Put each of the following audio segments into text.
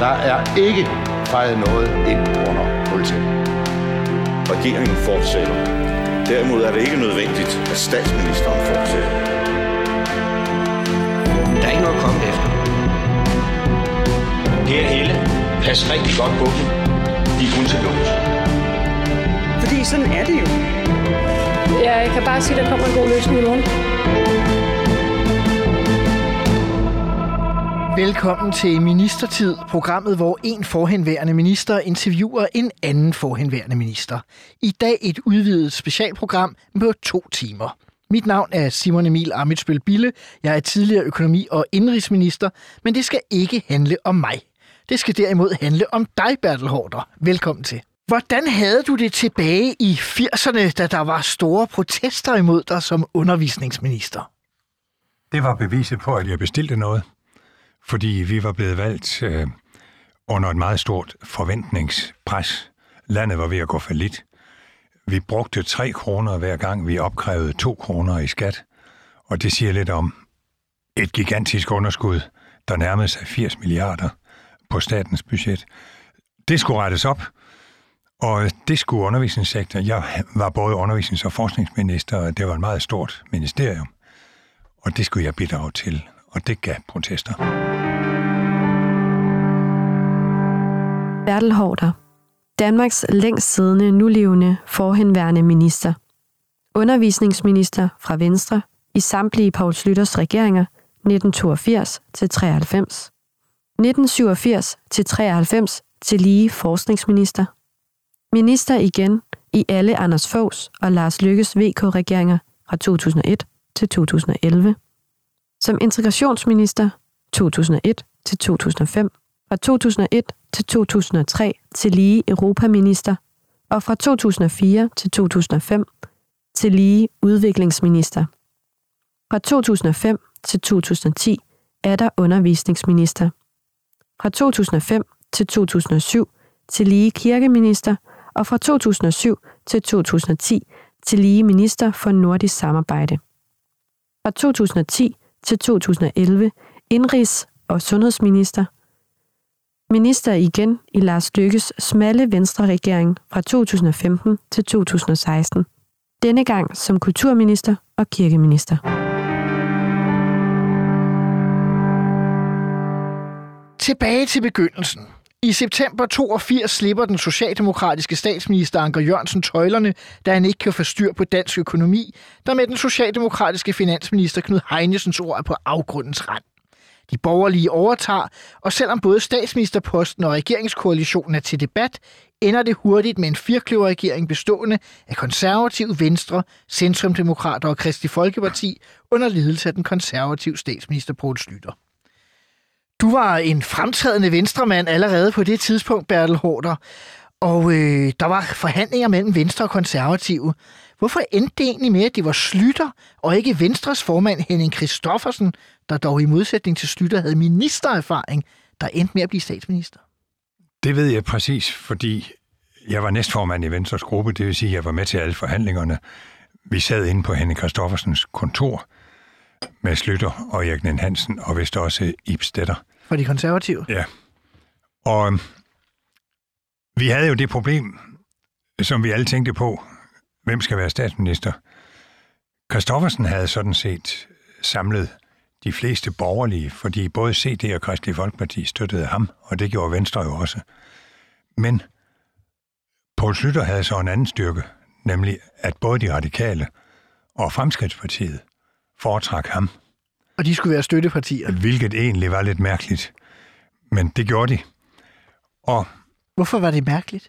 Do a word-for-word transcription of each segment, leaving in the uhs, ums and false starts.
Der er ikke fejret noget ind under politiet. Regeringen fortsætter. Derimod er det ikke nødvendigt, at statsministeren fortsætter. Der er ikke noget at komme efter. Per Helle, pas rigtig godt på dem. De er kun til lås. Fordi sådan er det jo. Ja, jeg kan bare sige, at der kommer en god løsning i morgen. Velkommen til Ministertid, programmet, hvor en forhenværende minister interviewer en anden forhenværende minister. I dag et udvidet specialprogram på to timer. Mit navn er Simon Emil Ammitzbøll-Bille. Jeg er tidligere økonomi- og indenrigsminister, men det skal ikke handle om mig. Det skal derimod handle om dig, Bertel Haarder. Velkommen til. Hvordan havde du det tilbage i firserne, da der var store protester imod dig som undervisningsminister? Det var beviset på, at jeg bestilte noget. Fordi vi var blevet valgt øh, under et meget stort forventningspres. Landet var ved at gå fallit. Vi brugte tre kroner hver gang, vi opkrævede to kroner i skat. Og det siger lidt om et gigantisk underskud, der nærmede sig firs milliarder på statens budget. Det skulle rettes op, og det skulle undervisningssektoren. Jeg var både undervisnings- og forskningsminister, og det var et meget stort ministerium. Og det skulle jeg bidrage til, og det gav protester. Bertel Haarder, Danmarks længst siddende nulevende forhenværende minister. Undervisningsminister fra Venstre i samtlige Poul Schlüters regeringer nitten toogfirs til treoghalvfems. nitten syvogfirs til treoghalvfems til lige forskningsminister. Minister igen i alle Anders Foghs og Lars Løkkes V K-regeringer fra to tusind og et til to tusind og elleve. Som integrationsminister to tusind og et til to tusind og fem, fra to tusind og et til to tusind og tre til lige europaminister, og fra to tusind og fire til to tusind og fem til lige udviklingsminister. Fra to tusind og fem til to tusind og ti er der undervisningsminister. Fra to tusind og fem til to tusind og syv til lige kirkeminister, og fra to tusind og syv til to tusind og ti til lige minister for nordisk samarbejde. Fra to tusind og ti til to tusind og elleve indrigs- og sundhedsminister. Minister igen i Lars Løkkes smalle Venstre-regering fra to tusind og femten til to tusind og seksten. Denne gang som kulturminister og kirkeminister. Tilbage til begyndelsen. I september toogfirs slipper den socialdemokratiske statsminister Anker Jørgensen tøjlerne, da han ikke kan få styr på dansk økonomi, der med den socialdemokratiske finansminister Knud Heinesens ord er på afgrundens rand. De borgerlige overtager, og selvom både statsministerposten og regeringskoalitionen er til debat, ender det hurtigt med en firkløverregering bestående af konservative Venstre, Centrumdemokrater og Kristelig Folkeparti under ledelse af den konservative statsminister Poul Schlüter. Du var en fremtrædende venstremand allerede på det tidspunkt, Bertel Haarder, og øh, der var forhandlinger mellem Venstre og Konservative. Hvorfor endte det egentlig med, at det var Schlüter og ikke Venstres formand Henning Christoffersen, der dog i modsætning til Schlüter havde ministererfaring, der endte med at blive statsminister? Det ved jeg præcis, fordi jeg var næstformand i Venstres gruppe, det vil sige, at jeg var med til alle forhandlingerne. Vi sad inde på Henning Christoffersens kontor med Schlüter og Erik Ninn-Hansen og vist også Ib Stedter. For de konservative? Ja. Og vi havde jo det problem, som vi alle tænkte på, hvem skal være statsminister. Christoffersen havde sådan set samlet de fleste borgerlige, fordi både C D og Kristelig Folkeparti støttede ham, og det gjorde Venstre jo også. Men Poul Schlüter havde så en anden styrke, nemlig at både de radikale og Fremskridtspartiet foretrak ham. Og de skulle være støttepartier? Hvilket egentlig var lidt mærkeligt, men det gjorde de. Og hvorfor var det mærkeligt?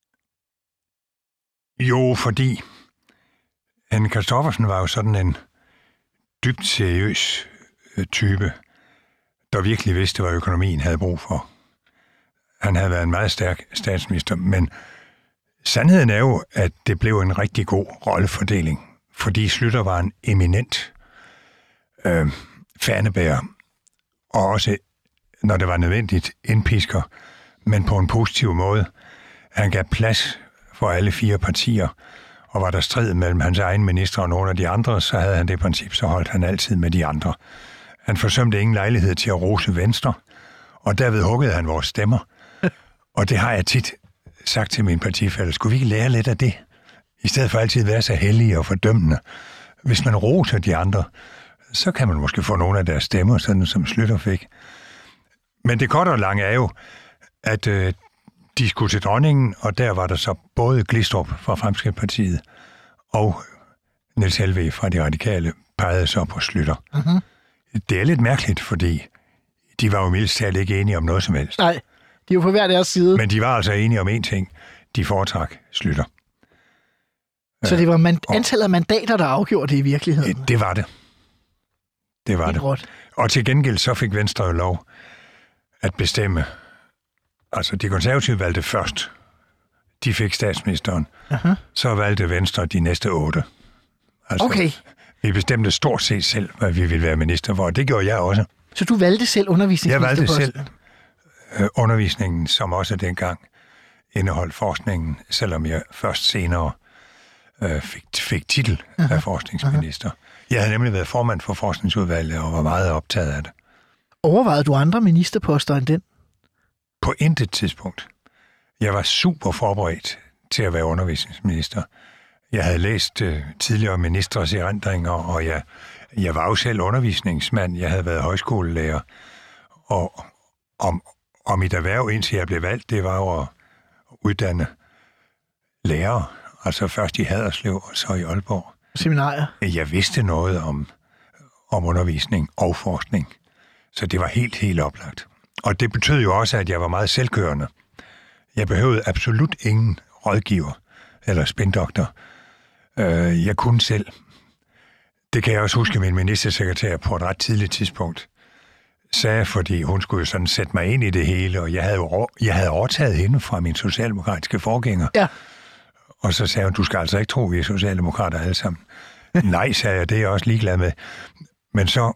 Jo, fordi Henning Christoffersen var jo sådan en dybt seriøs type, der virkelig vidste, hvad økonomien havde brug for. Han havde været en meget stærk statsminister, men sandheden er jo, at det blev en rigtig god rollefordeling, fordi Schlüter var en eminent øh, fanebærer, og også, når det var nødvendigt, indpisker, men på en positiv måde. Han gav plads for alle fire partier, og var der strid mellem hans egen minister og nogle af de andre, så havde han det princip, så holdt han altid med de andre. Han forsømte ingen lejlighed til at rose Venstre, og derved huggede han vores stemmer. Og det har jeg tit sagt til mine partifæller. Skulle vi ikke lære lidt af det? I stedet for altid at være så hellige og fordømmende. Hvis man roser de andre, så kan man måske få nogle af deres stemmer, sådan som Schlüter fik. Men det korte og lange er jo, at øh, de skulle til dronningen, og der var der så både Glistrup fra Fremskridtspartiet og Niels Helveg fra De Radikale pegede så på Schlüter. Uh-huh. Det er lidt mærkeligt, fordi de var jo mildest talt ikke enige om noget som helst. Nej, de var på hver deres side. Men de var altså enige om én ting. De foretrak Schlüter. Så det var man- antallet af mandater, der afgjorde det i virkeligheden? Det, det var det. Det var det. det. Råt. Og til gengæld så fik Venstre jo lov at bestemme. Altså, de konservative valgte først. De fik statsministeren. Uh-huh. Så valgte Venstre de næste otte. Altså, okay. Vi bestemte stort set selv, hvad vi ville være minister for, og det gjorde jeg også. Så du valgte selv undervisningsministerposten? Jeg valgte selv øh, undervisningen, som også dengang indeholdt forskningen, selvom jeg først senere øh, fik, fik titel uh-huh. af forskningsminister. Uh-huh. Jeg havde nemlig været formand for forskningsudvalget og var meget optaget af det. Overvejede du andre ministerposter end den? På intet tidspunkt. Jeg var super forberedt til at være undervisningsminister. Jeg havde læst uh, tidligere ministers erindringer, og jeg, jeg var jo selv undervisningsmand. Jeg havde været højskolelærer. Og om, om mit erhverv, indtil jeg blev valgt, det var jo at uddanne lærere. Altså først i Haderslev, og så i Aalborg. Seminarier? Jeg vidste noget om, om undervisning og forskning. Så det var helt, helt oplagt. Og det betød jo også, at jeg var meget selvkørende. Jeg behøvede absolut ingen rådgiver eller spindoktor. Jeg kunne selv. Det kan jeg også huske, min ministersekretær på et ret tidligt tidspunkt sagde, fordi hun skulle jo sådan sætte mig ind i det hele, og jeg havde jo jeg havde overtaget hende fra min socialdemokratiske forgænger. Ja. Og så sagde hun, du skal altså ikke tro, vi er socialdemokrater alle sammen. Nej, sagde jeg, det er jeg også ligeglad med. Men så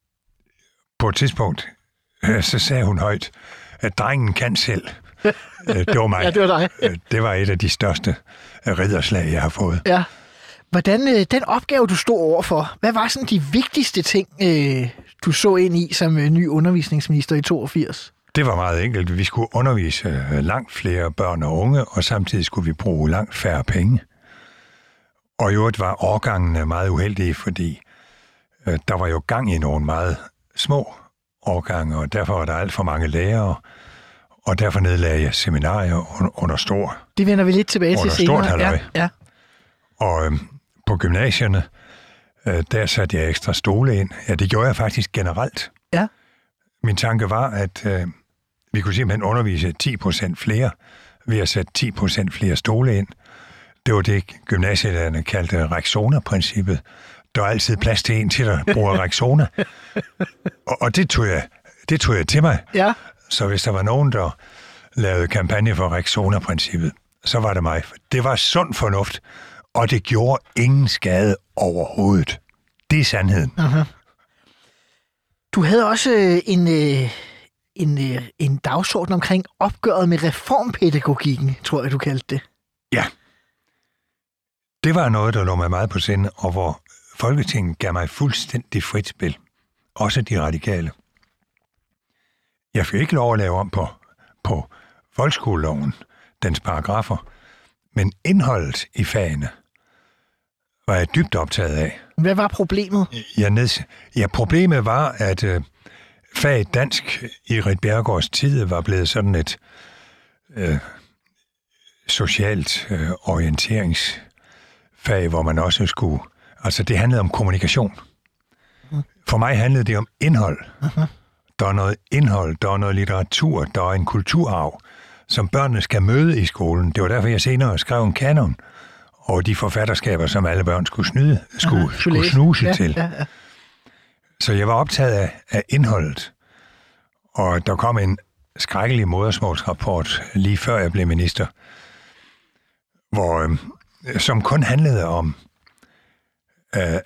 på et tidspunkt, så sagde hun højt, at drengen kan selv. Det var mig. Ja, det var dig. Det var et af de største ridderslag, jeg har fået. Ja. Hvordan den opgave, du stod overfor, hvad var sådan de vigtigste ting, du så ind i som ny undervisningsminister i toogfirs? Det var meget enkelt. Vi skulle undervise langt flere børn og unge, og samtidig skulle vi bruge langt færre penge. Og i øvrigt var årgangene meget uheldige, fordi der var jo gang i nogle meget små årgange, og derfor var der alt for mange lærere, og derfor nedlagde jeg seminarier under stor Det vender vi lidt tilbage til senere. Under stort halløj. Ja, ja. Og øhm, på gymnasierne, øh, der satte jeg ekstra stole ind. Ja, det gjorde jeg faktisk generelt. Ja. Min tanke var, at øh, vi kunne simpelthen undervise ti procent flere ved at sætte ti procent flere stole ind. Det var det, gymnasielærerne kaldte Rexona-princippet. Der er altid plads til en til, der bruger Rexona. og, og det tog jeg, det tog jeg til mig. Ja. Så hvis der var nogen, der lavede kampagne for Rexona-princippet, så var det mig. Det var sund fornuft, og det gjorde ingen skade overhovedet. Det er sandheden. Uh-huh. Du havde også en, en, en dagsorden omkring opgøret med reformpædagogikken, tror jeg, du kaldte det. Ja. Det var noget, der lå mig meget på sinde, og hvor Folketinget gav mig fuldstændig frit spil. Også de radikale. Jeg fik ikke lov at lave om på, på folkeskoleloven, dens paragrafer, men indholdet i fagene var jeg dybt optaget af. Hvad var problemet? Jeg neds... Ja, problemet var, at øh, faget dansk i Ritt Bjerregaards tid var blevet sådan et øh, socialt øh, orienteringsfag, hvor man også skulle... Altså, det handlede om kommunikation. For mig handlede det om indhold. Uh-huh. Der er noget indhold, der er noget litteratur, der er en kulturarv, som børnene skal møde i skolen. Det var derfor, jeg senere skrev en kanon, og de forfatterskaber, som alle børn skulle snyde, skulle, Aha, skulle snuse ja, til. Ja, ja. Så jeg var optaget af, af indholdet. Og der kom en skrækkelig modersmålsrapport lige før jeg blev minister, hvor, øh, som kun handlede om øh,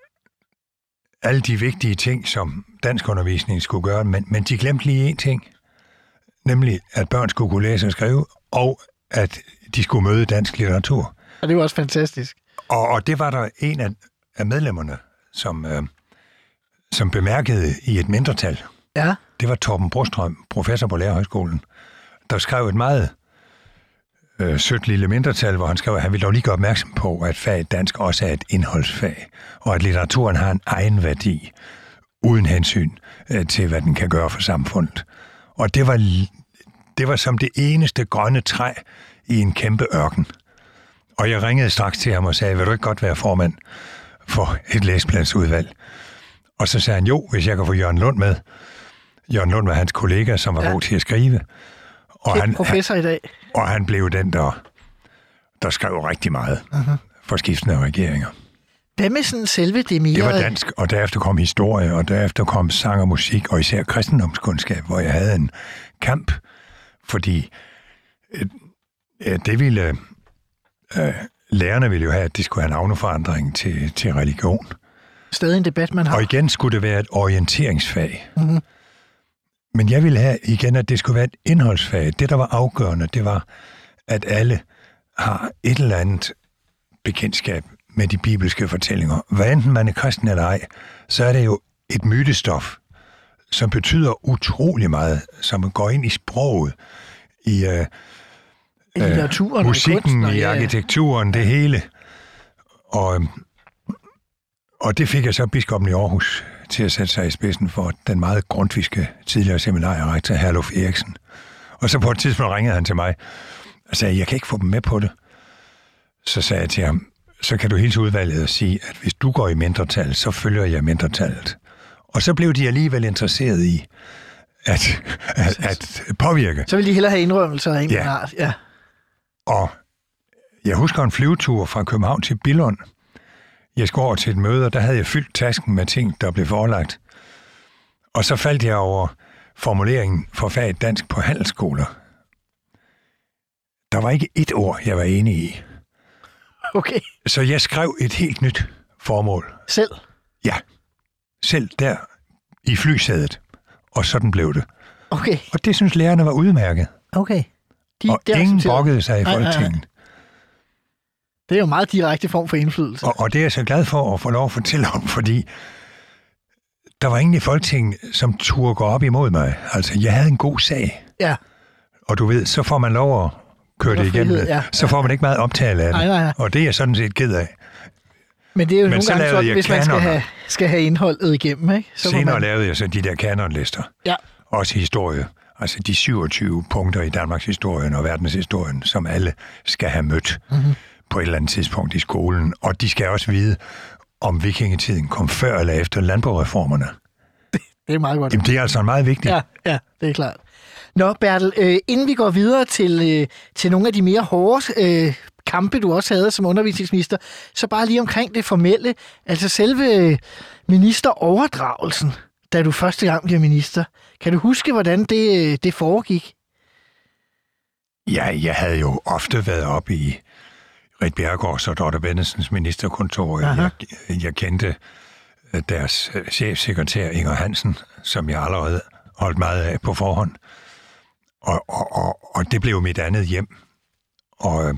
alle de vigtige ting, som danskundervisning skulle gøre, men, men de glemte lige en ting, nemlig at børn skulle kunne læse og skrive, og at de skulle møde dansk litteratur. Og det var også fantastisk. Og, og det var der en af, af medlemmerne, som, øh, som bemærkede i et mindretal. Ja. det var Torben Brostrøm, professor på Lærerhøjskolen, der skrev et meget øh, sødt lille mindretal, hvor han skrev, at han ville dog lige gøre opmærksom på, at faget dansk også er et indholdsfag, og at litteraturen har en egen værdi, uden hensyn øh, til, hvad den kan gøre for samfundet. Og det var, det var som det eneste grønne træ i en kæmpe ørken. Og jeg ringede straks til ham og sagde, vil du ikke godt være formand for et læsepladsudvalg? Og så sagde han, jo, hvis jeg kan få Jørgen Lund med. Jørgen Lund var hans kollega, som var ja. god til at skrive. Og han, professor i dag. Og han blev den, der, der skrev rigtig meget uh-huh. for skiftende regeringer. Hvad med sådan selve det mere? Det var dansk, og derefter kom historie, og derefter kom sang og musik, og især kristendomskundskab, hvor jeg havde en kamp, fordi øh, det ville... Øh, lærerne ville jo have, at de skulle have en navneforandring til, til religion. Stadig en debat, man har. Og igen skulle det være et orienteringsfag. Mm-hmm. Men jeg ville have igen, at det skulle være et indholdsfag. Det, der var afgørende, det var, at alle har et eller andet bekendtskab med de bibelske fortællinger. Hvad enten man er kristen eller ej, så er det jo et mytestof, som betyder utrolig meget, som går ind i sproget, i... Øh, I litteraturen, musikken, kunsten, i ja. arkitekturen, det hele. Og, og det fik jeg så biskoppen i Aarhus til at sætte sig i spidsen for den meget grundtviske tidligere seminarierektor, Herluf Eriksen. Og så på et tidspunkt ringede han til mig og sagde, jeg kan ikke få dem med på det. Så sagde jeg til ham, så kan du hilse udvalget og sige, at hvis du går i mindretal, så følger jeg mindretallet. Og så blev de alligevel interesseret i at, at, at påvirke. Så vil de hellere have indrømmelser af en ja. art. Ja. Og jeg husker en flyvetur fra København til Billund. Jeg skulle over til et møde, og der havde jeg fyldt tasken med ting, der blev forelagt. Og så faldt jeg over formuleringen for faget dansk på handelsskoler. Der var ikke ét ord, jeg var enig i. Okay. Så jeg skrev et helt nyt formål. Selv? Ja. Selv der i flysædet. Og sådan blev det. Okay. Og det synes lærerne var udmærket. Okay. De, og ingen brokkede sig i Folketinget. Det er jo en meget direkte form for indflydelse. Og, og det er jeg så glad for at få lov at fortælle om, fordi der var ingen i Folketinget, som turde gå op imod mig. Altså, jeg havde en god sag. Ja. Og du ved, så får man lov at køre det igennem. Ja. Så får man ikke meget optale af det. Nej, nej, nej. Og det er jeg sådan set ked af. Men det er jo Men nogle gange sådan, hvis man skal have, skal have indholdet igennem, ikke? Så senere man... lavede jeg så de der kanonlister. Ja. Også historie. Altså de syvogtyve punkter i Danmarks historien og verdenshistorien, som alle skal have mødt mm-hmm. på et eller andet tidspunkt i skolen. Og de skal også vide, om vikingetiden kom før eller efter landboreformerne. Det, det er meget godt. Jamen, det er altså meget vigtigt. Ja, ja, det er klart. Nå, Bertel, øh, inden vi går videre til, øh, til nogle af de mere hårde øh, kampe, du også havde som undervisningsminister, så bare lige omkring det formelle, altså selve ministeroverdragelsen, da du første gang blev minister. Kan du huske, hvordan det, det foregik? Ja, jeg havde jo ofte været oppe i Rit Bjerregaards og Dorte Bennetsens ministerkontor. Jeg, jeg kendte deres chefsekretær Inger Hansen, som jeg allerede holdt meget af på forhånd. Og, og, og, og det blev mit andet hjem. Og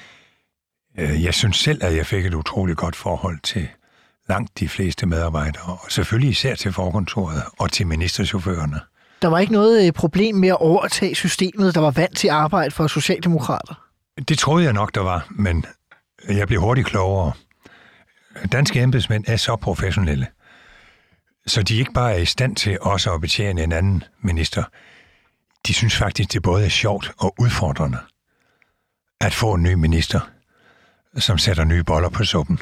øh, jeg synes selv, at jeg fik et utroligt godt forhold til langt de fleste medarbejdere, og selvfølgelig især til forkontoret og til ministerchaufførerne. Der var ikke noget problem med at overtage systemet, der var vant til arbejde for socialdemokrater? Det troede jeg nok, der var, men jeg blev hurtigt klogere. Danske embedsmænd er så professionelle, så de ikke bare er i stand til også at betjene en anden minister. De synes faktisk, det både er sjovt og udfordrende at få en ny minister, som sætter nye boller på suppen.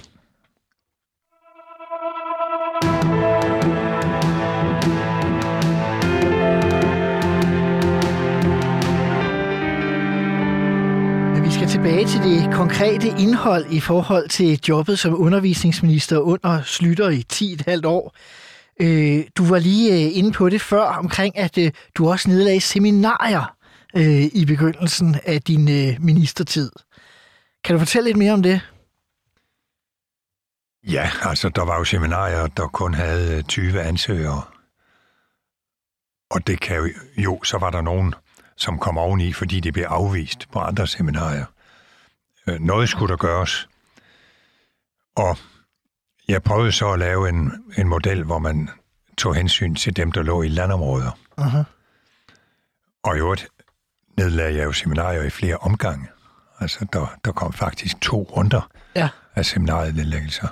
Vi skal tilbage til det konkrete indhold i forhold til jobbet som undervisningsminister under Schlüter i ti komma fem år. Du var lige inde på det før, omkring at du også nedlagde seminarier i begyndelsen af din ministertid. Kan du fortælle lidt mere om det? Ja, altså der var jo seminarier, der kun havde tyve ansøgere. Og det kan jo, jo, så var der nogen, som kom oveni, fordi de blev afvist på andre seminarier. Noget skulle der gøres. Og jeg prøvede så at lave en, en model, hvor man tog hensyn til dem, der lå i landområder. Uh-huh. Og i øvrigt nedlagde jeg jo seminarier i flere omgange. Altså, der, der kom faktisk to runder ja. af seminarienedlæggelser.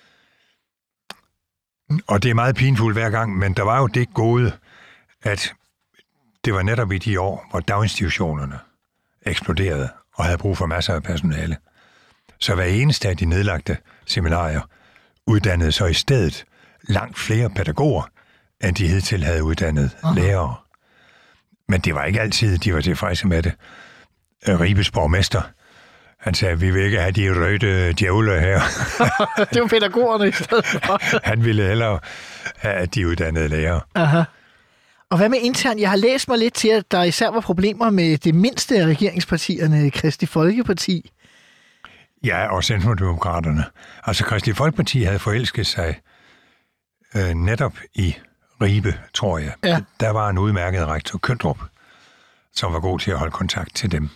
Og det er meget pinfuldt hver gang, men der var jo det gode, at det var netop i de år, hvor daginstitutionerne eksploderede og havde brug for masser af personale. Så hver eneste af de nedlagte seminarier uddannede så i stedet langt flere pædagoger, end de hidtil havde uddannet uh-huh. lærere. Men det var ikke altid, de var tilfredse med det. Ribes borgmester, han sagde, vi vil ikke have de røde djævle her. Det var pædagogerne i stedet for. Han ville hellere have, at de uddannede lærere. Aha. Og hvad med internt? Jeg har læst mig lidt til, at der især var problemer med det mindste af regeringspartierne, Kristeligt Folkeparti. Ja, og Centrumdemokraterne. Altså, Kristeligt Folkeparti havde forelsket sig øh, netop i Ribe, tror jeg. Ja. Der var en udmærket rektor, Køndrup, som var god til at holde kontakt til dem.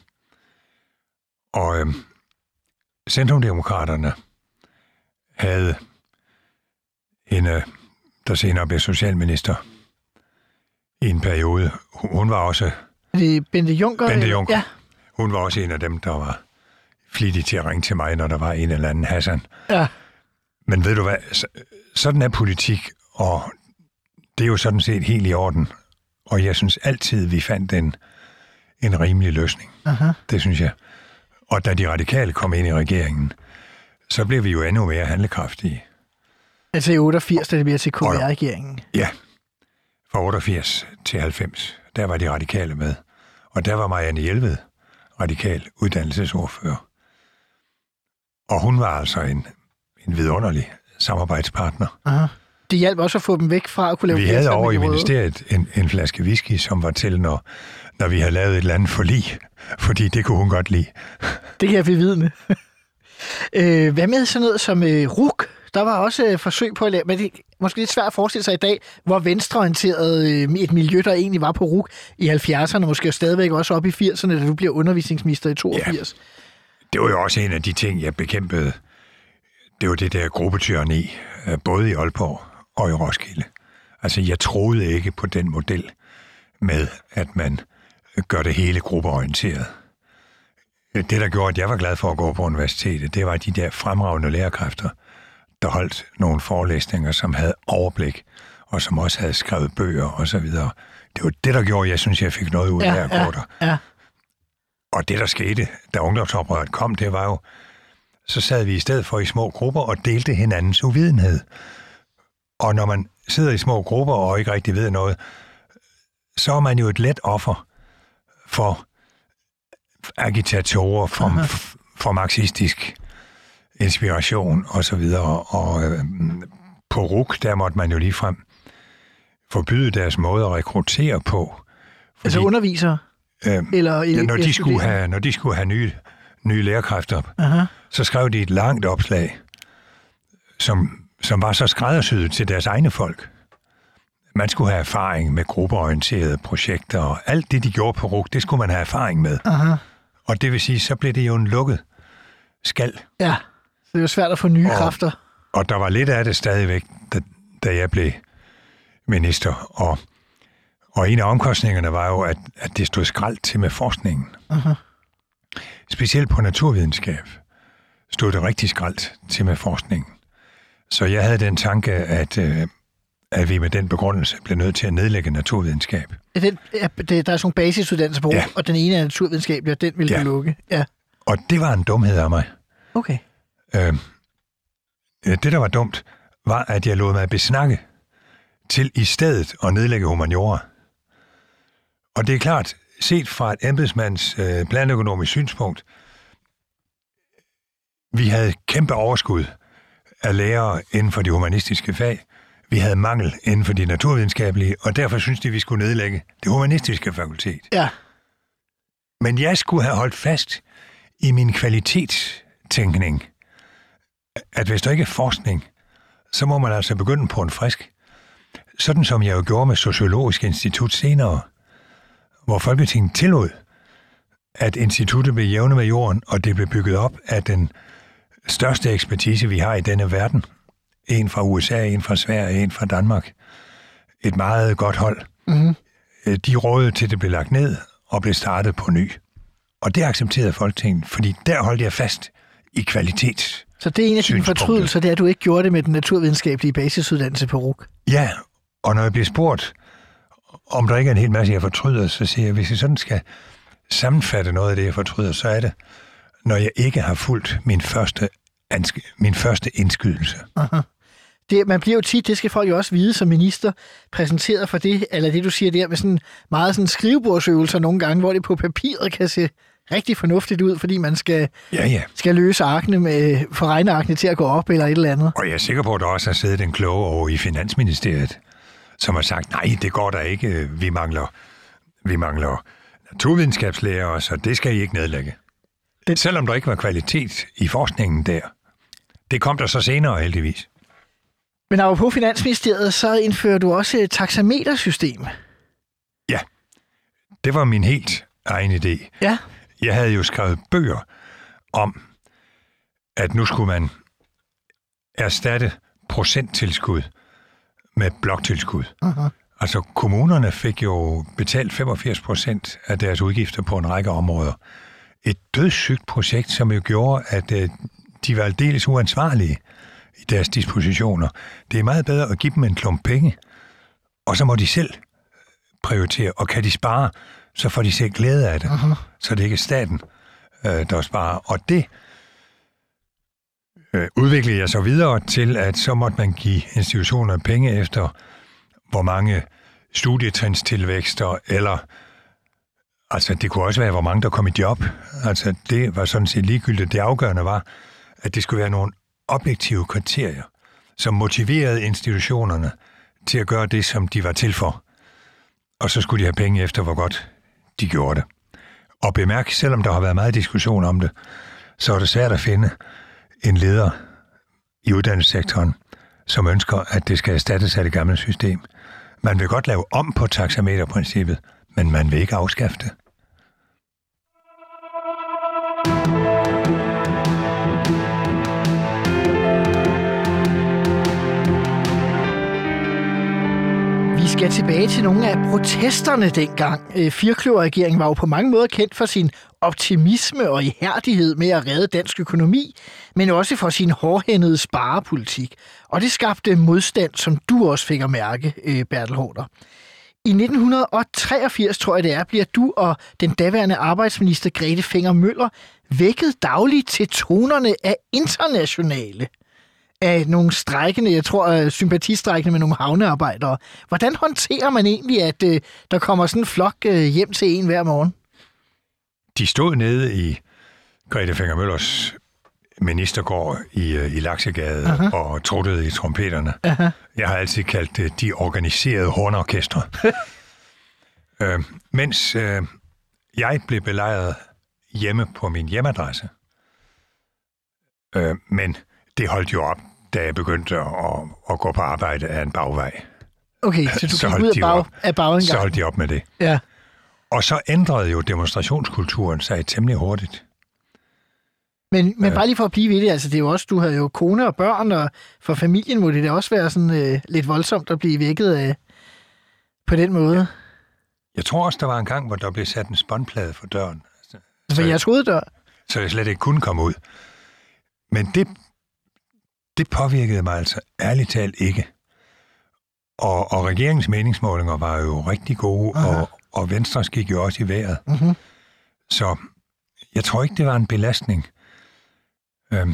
Og øh, Centrumdemokraterne havde en, øh, der senere blev socialminister i en periode. Hun var også... Det er Bente Juncker? Bente Juncker. Ja. Hun var også en af dem, der var flittig til at ringe til mig, når der var en eller anden Hassan. Ja. Men ved du hvad, sådan er politik, og det er jo sådan set helt i orden. Og jeg synes altid, vi fandt en, en rimelig løsning. Aha. Det synes jeg. Og da de radikale kom ind i regeringen, så blev vi jo endnu mere handlekraftige. Altså i otteogfirs, da det bliver til K R-regeringen? Ja, fra otteogfirs til halvfems, der var de radikale med. Og der var Marianne Jelved, radikal uddannelsesordfører. Og hun var altså en, en vidunderlig samarbejdspartner. Aha. Det hjalp også at få dem væk fra at kunne lave... Vi havde over i ministeriet en, en flaske whisky, som var til, når, når vi havde lavet et eller andet forlig, fordi det kunne hun godt lide. Det kan jeg bevidne. øh, hvad med sådan noget som øh, R U C? Der var også øh, forsøg på at lave... Men det er måske lidt svært at forestille sig i dag, hvor venstreorienteret øh, et miljø, der egentlig var på R U C i halvfjerdserne, måske stadigvæk også op i firserne, da du bliver undervisningsminister i toogfirs. Ja. Det var jo også en af de ting, jeg bekæmpede. Det var det der gruppetyranni, både i Aalborg og i Roskilde. Altså, jeg troede ikke på den model med, at man gør det hele gruppeorienteret. Det, der gjorde, at jeg var glad for at gå på universitetet, det var de der fremragende lærerkræfter, der holdt nogle forelæsninger, som havde overblik, og som også havde skrevet bøger osv. Det var det, der gjorde, at jeg synes, jeg fik noget ud af ja, at gå ja, der. Ja. Og det, der skete, da ungdomsoprøret kom, det var jo, så sad vi i stedet for i små grupper og delte hinandens uvidenhed. Og når man sidder i små grupper og ikke rigtig ved noget, så er man jo et let offer for agitatorer, for, for marxistisk inspiration osv. Og, og øh, på R U C, der måtte man jo ligefrem forbyde deres måde at rekruttere på. Fordi, altså undervisere? Øh, eller ja, når, de skulle have, når de skulle have nye, nye lærerkræfter, uh-huh. så skrev de et langt opslag, som, som var så skræddersyet til deres egne folk. Man skulle have erfaring med gruppeorienterede projekter, og alt det, de gjorde på R U C, det skulle man have erfaring med. Uh-huh. Og det vil sige, så blev det jo en lukket skal. Ja, så det var svært at få nye og, kræfter. Og der var lidt af det stadigvæk, da, da jeg blev minister, og Og en af omkostningerne var jo, at, at det stod skralt til med forskningen. Uh-huh. Specielt på naturvidenskab stod det rigtig skralt til med forskningen. Så jeg havde den tanke, at, øh, at vi med den begrundelse blev nødt til at nedlægge naturvidenskab. Den, der er sådan nogle basisuddannelser på, ja. Og den ene er naturvidenskabelig, og den ville ja. du lukke. Ja. Og det var en dumhed af mig. Okay. Øh, det, der var dumt, var, at jeg lod mig besnakke til i stedet at nedlægge humaniora. Og det er klart, set fra et embedsmands øh, planøkonomisk synspunkt, vi havde kæmpe overskud af lærere inden for de humanistiske fag. Vi havde mangel inden for de naturvidenskabelige, og derfor synes de, vi skulle nedlægge det humanistiske fakultet. Ja. Men jeg skulle have holdt fast i min kvalitetstænkning, at hvis der ikke er forskning, så må man altså begynde på en frisk. Sådan som jeg jo gjorde med Sociologisk Institut senere, hvor Folketinget tillod, at instituttet blev jævnet med jorden, og det blev bygget op af den største ekspertise, vi har i denne verden. En fra U S A, en fra Sverige, en fra Danmark. Et meget godt hold. Mm-hmm. de rådede til, det blev lagt ned og blev startet på ny. Og det accepterede Folketinget, fordi der holdt jeg fast i kvalitet. Så det er en af dine fortrydelser, det er, at du ikke gjorde det med den naturvidenskabelige basisuddannelse på R U C? Ja, og når jeg bliver spurgt, om der ikke er en hel masse, jeg fortryder, så siger jeg, hvis jeg sådan skal sammenfatte noget af det, jeg fortryder, så er det, når jeg ikke har fulgt min første, ansk- min første indskydelse. Aha. Det, man bliver jo tit, det skal folk jo også vide som minister, præsenteret for det, eller det du siger der, med sådan meget sådan skrivebordsøvelser nogle gange, hvor det på papiret kan se rigtig fornuftigt ud, fordi man skal, ja, ja. skal løse arkene med, få regnearkene til at gå op eller et eller andet. Og jeg er sikker på, at der også har siddet en kloge over i Finansministeriet, som har sagt, nej, det går der ikke, vi mangler, vi mangler naturvidenskabslærer, så det skal I ikke nedlægge. Det... Selvom der ikke var kvalitet i forskningen der. Det kom der så senere, heldigvis. Men apropos Finansministeriet, så indfører du også et taxametersystem. Ja, det var min helt egen idé. Ja. Jeg havde jo skrevet bøger om, at nu skulle man erstatte procenttilskud med bloktilskud. Uh-huh. Altså kommunerne fik jo betalt femogfirs procent af deres udgifter på en række områder. Et dødssygt projekt, som jo gjorde, at øh, de var aldeles uansvarlige i deres dispositioner. Det er meget bedre at give dem en klump penge, og så må de selv prioritere, og kan de spare, så får de selv glæde af det. Uh-huh. Så det er ikke staten, øh, der sparer. Og det øh, udviklede jeg så videre til, at så måtte man give institutioner penge efter, hvor mange studietrinstilvækster, eller altså det kunne også være, hvor mange der kom i job. Altså det var sådan set ligegyldigt. Det afgørende var, at det skulle være nogle objektive kriterier, som motiverede institutionerne til at gøre det, som de var til for. Og så skulle de have penge efter, hvor godt de gjorde det. Og bemærk, selvom der har været meget diskussion om det, så er det svært at finde en leder i uddannelsessektoren, som ønsker, at det skal erstattes af det gamle system. Man vil godt lave om på taxameterprincippet, men man vil ikke afskaffe det. Vi skal tilbage til nogle af protesterne dengang. Firkløverregeringen var jo på mange måder kendt for sin optimisme og ihærdighed med at redde dansk økonomi, men også for sin hårdhændede sparepolitik. Og det skabte modstand, som du også fik at mærke, Bertel Haarder. I nitten treogfirs, tror jeg det er, bliver du og den daværende arbejdsminister Grethe Fenger Møller vækket dagligt til tonerne af internationale. Af nogle strejkende, jeg tror sympatistrækkende med nogle havnearbejdere. Hvordan håndterer man egentlig, at øh, der kommer sådan en flok øh, hjem til en hver morgen? De stod nede i Grethe Fenger Møllers ministergård i, øh, i Laksegade uh-huh. og truttede i trompeterne. Uh-huh. Jeg har altid kaldt det de organiserede hornorkestre. øh, mens øh, jeg blev belejret hjemme på min hjemadresse. Øh, men det holdt jo op, da jeg begyndte at, at gå på arbejde af en bagvej. Okay, så du så gik ud af, bag, af bagindgangen? Så holdt de op med det. Ja. Og så ændrede jo demonstrationskulturen sig temmelig hurtigt. Men, men bare lige for at blive ved det, altså det er jo også, du har jo kone og børn, og for familien må det da også være sådan øh, lidt voldsomt at blive vækket af på den måde. Ja. Jeg tror også, der var en gang, hvor der blev sat en spåndplade for døren. Så, for jeres hoveddør? Så jeg slet ikke kunne komme ud. Men det Det påvirkede mig altså ærligt talt ikke. Og, og regeringens meningsmålinger var jo rigtig gode, og, og Venstre gik jo også i vejret. Uh-huh. Så jeg tror ikke, det var en belastning. Øhm,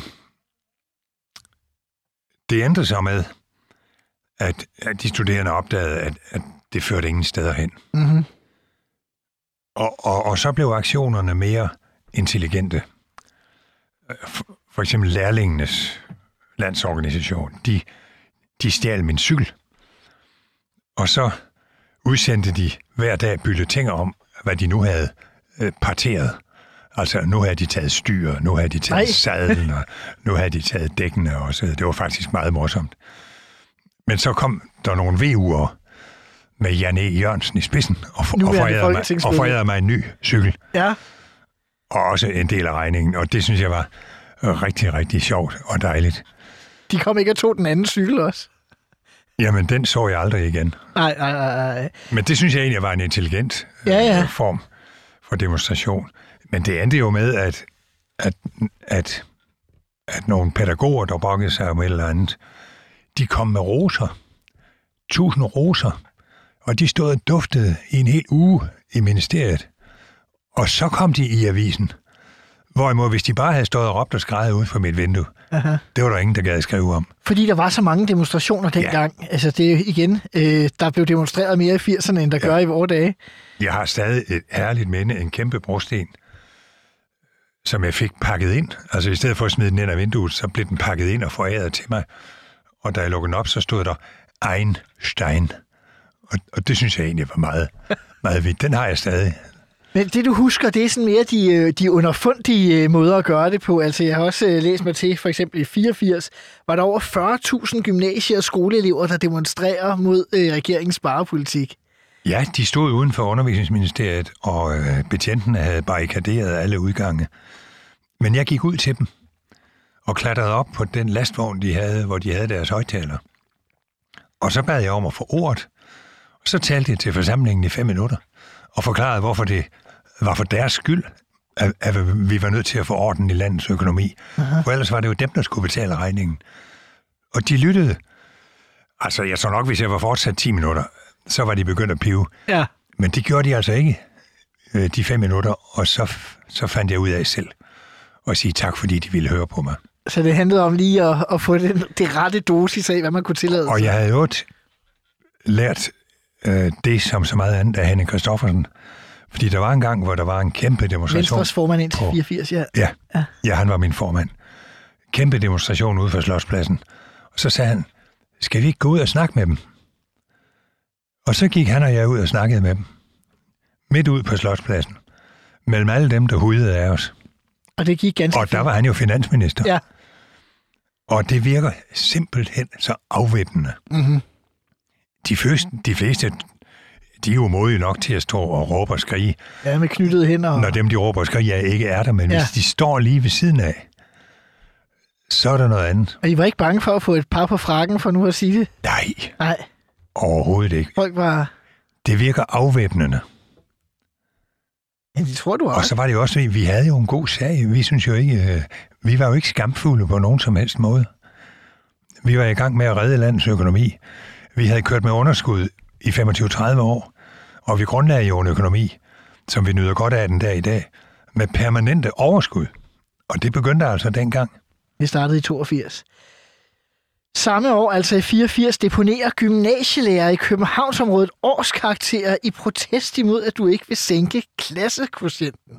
det endte så med, at, at de studerende opdagede, at, at det førte ingen steder hen. Uh-huh. Og, og, og så blev aktionerne mere intelligente. For, for eksempel lærlingenes landsorganisation, de, de stjal min cykel, og så udsendte de hver dag bulletiner om, hvad de nu havde øh, parteret. Altså, nu havde de taget styr, nu havde de taget sadlen, og nu havde de taget dækkene også. Det var faktisk meget morsomt. Men så kom der nogle V U'er med Jan E. Jørgensen i spidsen, og, og, forærede, mig, og forærede mig en ny cykel. Ja. Og også en del af regningen, og det synes jeg var rigtig, rigtig sjovt og dejligt. De kom ikke og tog den anden cykel også? Jamen, den så jeg aldrig igen. Nej, nej, nej. Men det synes jeg egentlig var en intelligent ja, ja. Øh, form for demonstration. Men det endte jo med, at, at, at, at nogle pædagoger, der brokkede sig om et eller andet, de kom med roser. Tusind roser. Og de stod og duftede i en hel uge i ministeriet. Og så kom de i avisen. Hvorimod, hvis de bare havde stået og råbt og skreget ud fra mit vindue, aha, det var der ingen, der gad at skrive om. Fordi der var så mange demonstrationer dengang. Ja. Altså det er igen, øh, der blev demonstreret mere i firserne, end der ja. gør i vore dage. Jeg har stadig et ærligt minde, en kæmpe brosten, som jeg fik pakket ind. Altså i stedet for at smide den ind af vinduet, så blev den pakket ind og foræret til mig. Og da jeg lukkede den op, så stod der Einstein. Og, og det synes jeg egentlig var meget, meget vildt. Den har jeg stadig. Men det, du husker, det er sådan mere de, de underfundige måder at gøre det på. Altså, jeg har også læst mig til, for eksempel i fireogfirs, var der over fyrre tusind gymnasier og skoleelever, der demonstrerer mod øh, regeringens sparepolitik. Ja, de stod uden for undervisningsministeriet, og øh, betjentene havde barrikaderet alle udgange. Men jeg gik ud til dem og klatrede op på den lastvogn, de havde, hvor de havde deres højttaler. Og så bad jeg om at få ordet, og så talte jeg til forsamlingen i fem minutter og forklarede, hvorfor det var for deres skyld, at, at vi var nødt til at få orden i landets økonomi. Aha. For ellers var det jo dem, der skulle betale regningen. Og de lyttede. Altså, jeg tror nok, hvis jeg var fortsat ti minutter, så var de begyndt at pive. Ja. Men det gjorde de altså ikke, de fem minutter, og så, så fandt jeg ud af selv at sige tak, fordi de ville høre på mig. Så det handlede om lige at, at få det, det rette dosis af, hvad man kunne tillade sig. Og jeg havde jo lært øh, det som så meget andet af Henning Christoffersen. Fordi der var en gang, hvor der var en kæmpe demonstration. Venstres formand indtil fireogfirs, ja. Ja. ja. Ja, han var min formand. Kæmpe demonstration ude for Slotspladsen. Og så sagde han, skal vi ikke gå ud og snakke med dem? Og så gik han og jeg ud og snakkede med dem. Midt ud på Slotspladsen. Mellem alle dem, der hudede af os. Og det gik ganske Og der var han jo finansminister. Ja. Og det virker simpelthen så afvæbnende. Mm-hmm. De, første, de fleste, de er jo modige nok til at stå og råbe og skrige. Ja, med knyttede hænder. Når dem, de råber og skriger, ikke er der. Men ja. Hvis de står lige ved siden af, så er der noget andet. Og I var ikke bange for at få et par på frakken, for nu at sige det? Nej. Nej. Overhovedet ikke. Folk var... Det virker afvæbnende. Ja, det tror du også. Og så var det jo også, at vi havde jo en god sag. Vi synes jo ikke, vi var jo ikke skamfulde på nogen som helst måde. Vi var i gang med at redde landets økonomi. Vi havde kørt med underskud i femogtyve til tredive år, og vi grundlagde jo en økonomi, som vi nyder godt af den dag i dag, med permanente overskud. Og det begyndte altså dengang. Det startede i toogfirs. Samme år, altså i fireogfirs, deponerer gymnasielærer i Københavnsområdet årskarakterer i protest imod, at du ikke vil sænke klassekvotienten.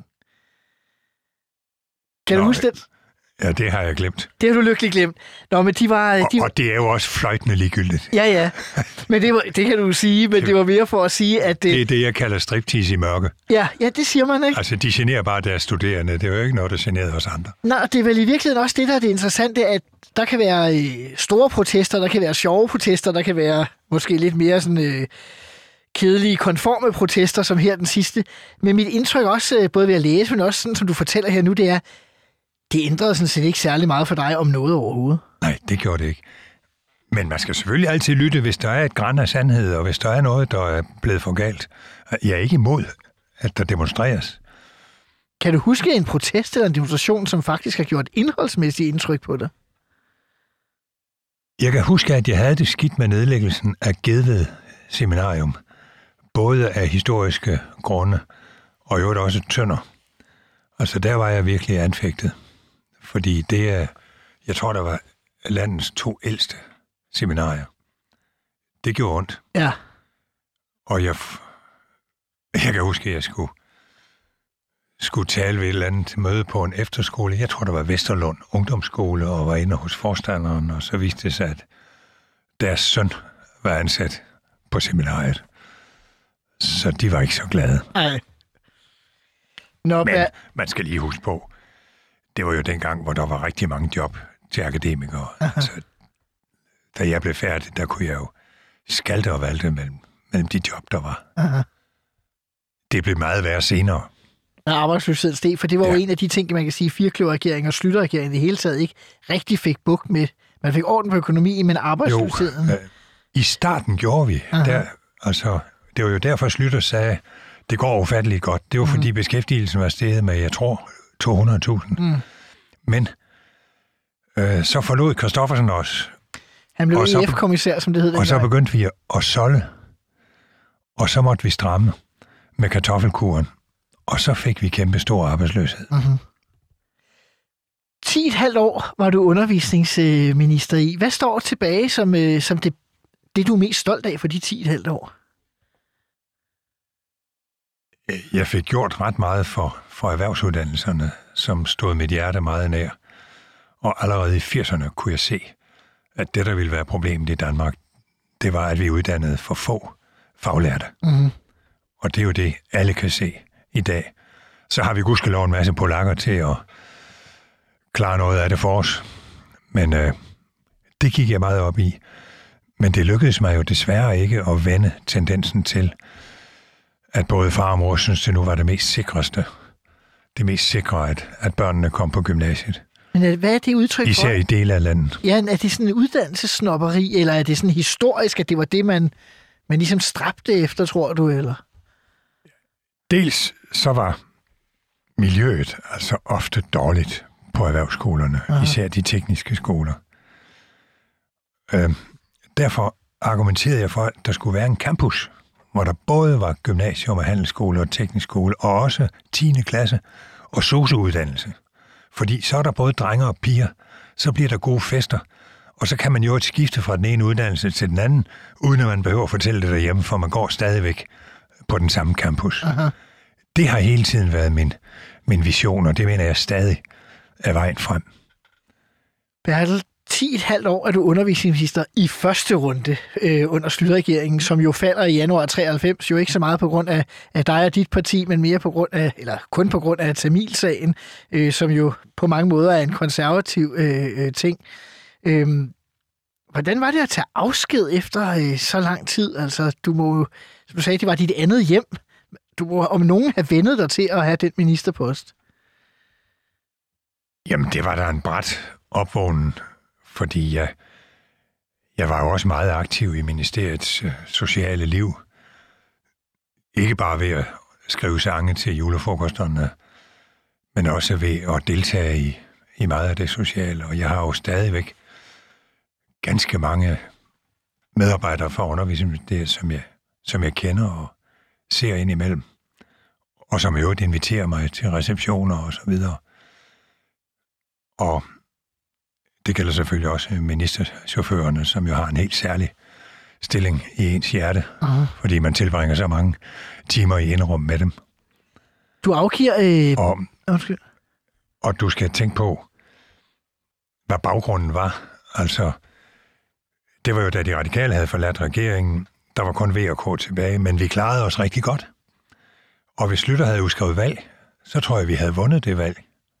Kan Nå, du huske det? Ja, det har jeg glemt. Det har du lykkeligt glemt. Nå, men de var... Og, de... og det er jo også fløjtende ligegyldigt. Ja, ja. Men det, var, det kan du sige, men det var mere for at sige, at... Det, det er det, jeg kalder striptease i mørke. Ja, ja, det siger man, ikke? Altså, de generer bare deres studerende. Det er jo ikke noget, der generer os andre. Nej, det er vel i virkeligheden også det, der er det interessante, at der kan være store protester, der kan være sjove protester, der kan være måske lidt mere sådan... Øh, kedelige, konforme protester, som her den sidste. Men mit indtryk også, både ved at læse, men også sådan, som du fortæller her nu, det er, det ændrede sådan set ikke særlig meget for dig om noget overhovedet. Nej, det gjorde det ikke. Men man skal selvfølgelig altid lytte, hvis der er et gran af sandhed, og hvis der er noget, der er blevet for galt. Jeg er ikke imod, at der demonstreres. Kan du huske en protest eller en demonstration, som faktisk har gjort indholdsmæssigt indtryk på dig? Jeg kan huske, at jeg havde det skidt med nedlæggelsen af Gedved Seminarium. Både af historiske grunde, og jo også Tønder. Altså, der var jeg virkelig anfægtet. Fordi det er, jeg tror, der var landets to ældste seminarier. Det gjorde ondt. Ja. Og jeg, jeg kan huske, at jeg skulle, skulle tale ved et eller andet møde på en efterskole. Jeg tror, der var Vesterlund Ungdomsskole, og var inde hos forstanderen, og så viste det sig, at deres søn var ansat på seminariet. Så de var ikke så glade. Nej. Nå, men man skal lige huske på, det var jo dengang, hvor der var rigtig mange job til akademikere. Altså, da jeg blev færdig, der kunne jeg jo skalte og valte mellem, mellem de job, der var. Aha. Det blev meget værre senere. Ja, arbejdsløshed steg, for det var ja. jo en af de ting, man kan sige, firekløverregeringen og Schlüter-regeringen i det hele taget ikke rigtig fik bugt med. Man fik orden på økonomien, men arbejdsløsheden... Jo, I starten gjorde vi. Der, altså, det var jo derfor, Schlüter sagde, det går ufatteligt godt. Det var, fordi mm. beskæftigelsen var steget med, jeg tror, to hundrede tusind. Mm. Men øh, så forlod Kristoffersen os. Han blev E F-kommissær, som det hed. Og så begyndte vi at solde. Og så måtte vi stramme med kartoffelkuren. Og så fik vi kæmpe stor arbejdsløshed. Mm-hmm. ti komma fem år var du undervisningsminister i. Hvad står tilbage som, som det, det, du er mest stolt af for de ti komma fem år? Jeg fik gjort ret meget for, for erhvervsuddannelserne, som stod mit hjerte meget nær. Og allerede i firserne kunne jeg se, at det, der ville være problemet i Danmark, det var, at vi uddannede for få faglærte. Mm-hmm. Og det er jo det, alle kan se i dag. Så har vi gudskelov en masse polakker til at klare noget af det for os. Men øh, det gik jeg meget op i. Men det lykkedes mig jo desværre ikke at vende tendensen til, at både far og mor synes, det nu var det mest sikreste. Det mest sikre, at, at børnene kom på gymnasiet. Men hvad er det udtryk for? Især i dele af landet. Ja, er det sådan en uddannelsessnobberi, eller er det sådan historisk, at det var det, man, man ligesom stræbte efter, tror du, eller? Dels så var miljøet altså ofte dårligt på erhvervsskolerne, aha, især de tekniske skoler. Øh, derfor argumenterede jeg for, at der skulle være en campus, hvor der både var gymnasium og handelsskole og teknisk skole, og også tiende klasse og sosu-uddannelse. Fordi så er der både drenge og piger, så bliver der gode fester, og så kan man jo skifte fra den ene uddannelse til den anden, uden at man behøver at fortælle det derhjemme, for man går stadigvæk på den samme campus. Aha. Det har hele tiden været min, min vision, og det mener jeg stadig er vejen frem. Bertel, ti komma fem år er du undervisningsminister i første runde øh, under Schlüter-regeringen, som jo falder i januar treoghalvfems, jo ikke så meget på grund af, af dig og dit parti, men mere på grund af, eller kun på grund af Tamilsagen, øh, som jo på mange måder er en konservativ øh, ting. Øh, hvordan var det at tage afsked efter øh, så lang tid? Altså, du må, som du sagde, det var dit andet hjem. Du må om nogen have vendet dig til at have den ministerpost. Jamen, det var da en brat opvågnen, fordi jeg, jeg var jo også meget aktiv i ministeriets øh, sociale liv. Ikke bare ved at skrive sange til julefrokosterne, men også ved at deltage i, i meget af det sociale. Og jeg har jo stadigvæk ganske mange medarbejdere fra undervisningsministeriet, som jeg, som jeg kender og ser ind imellem, og som i øvrigt inviterer mig til receptioner og så videre. Og det gælder selvfølgelig også ministerchaufførerne, som jo har en helt særlig stilling i ens hjerte, uh-huh, fordi man tilbringer så mange timer i indrum med dem. Du afgiver... Øh... Og, og du skal tænke på, hvad baggrunden var. Altså, det var jo, da de radikale havde forladt regeringen, der var kun V og K tilbage, men vi klarede os rigtig godt. Og hvis Schlüter havde udskrevet valg, så tror jeg, vi havde vundet det valg.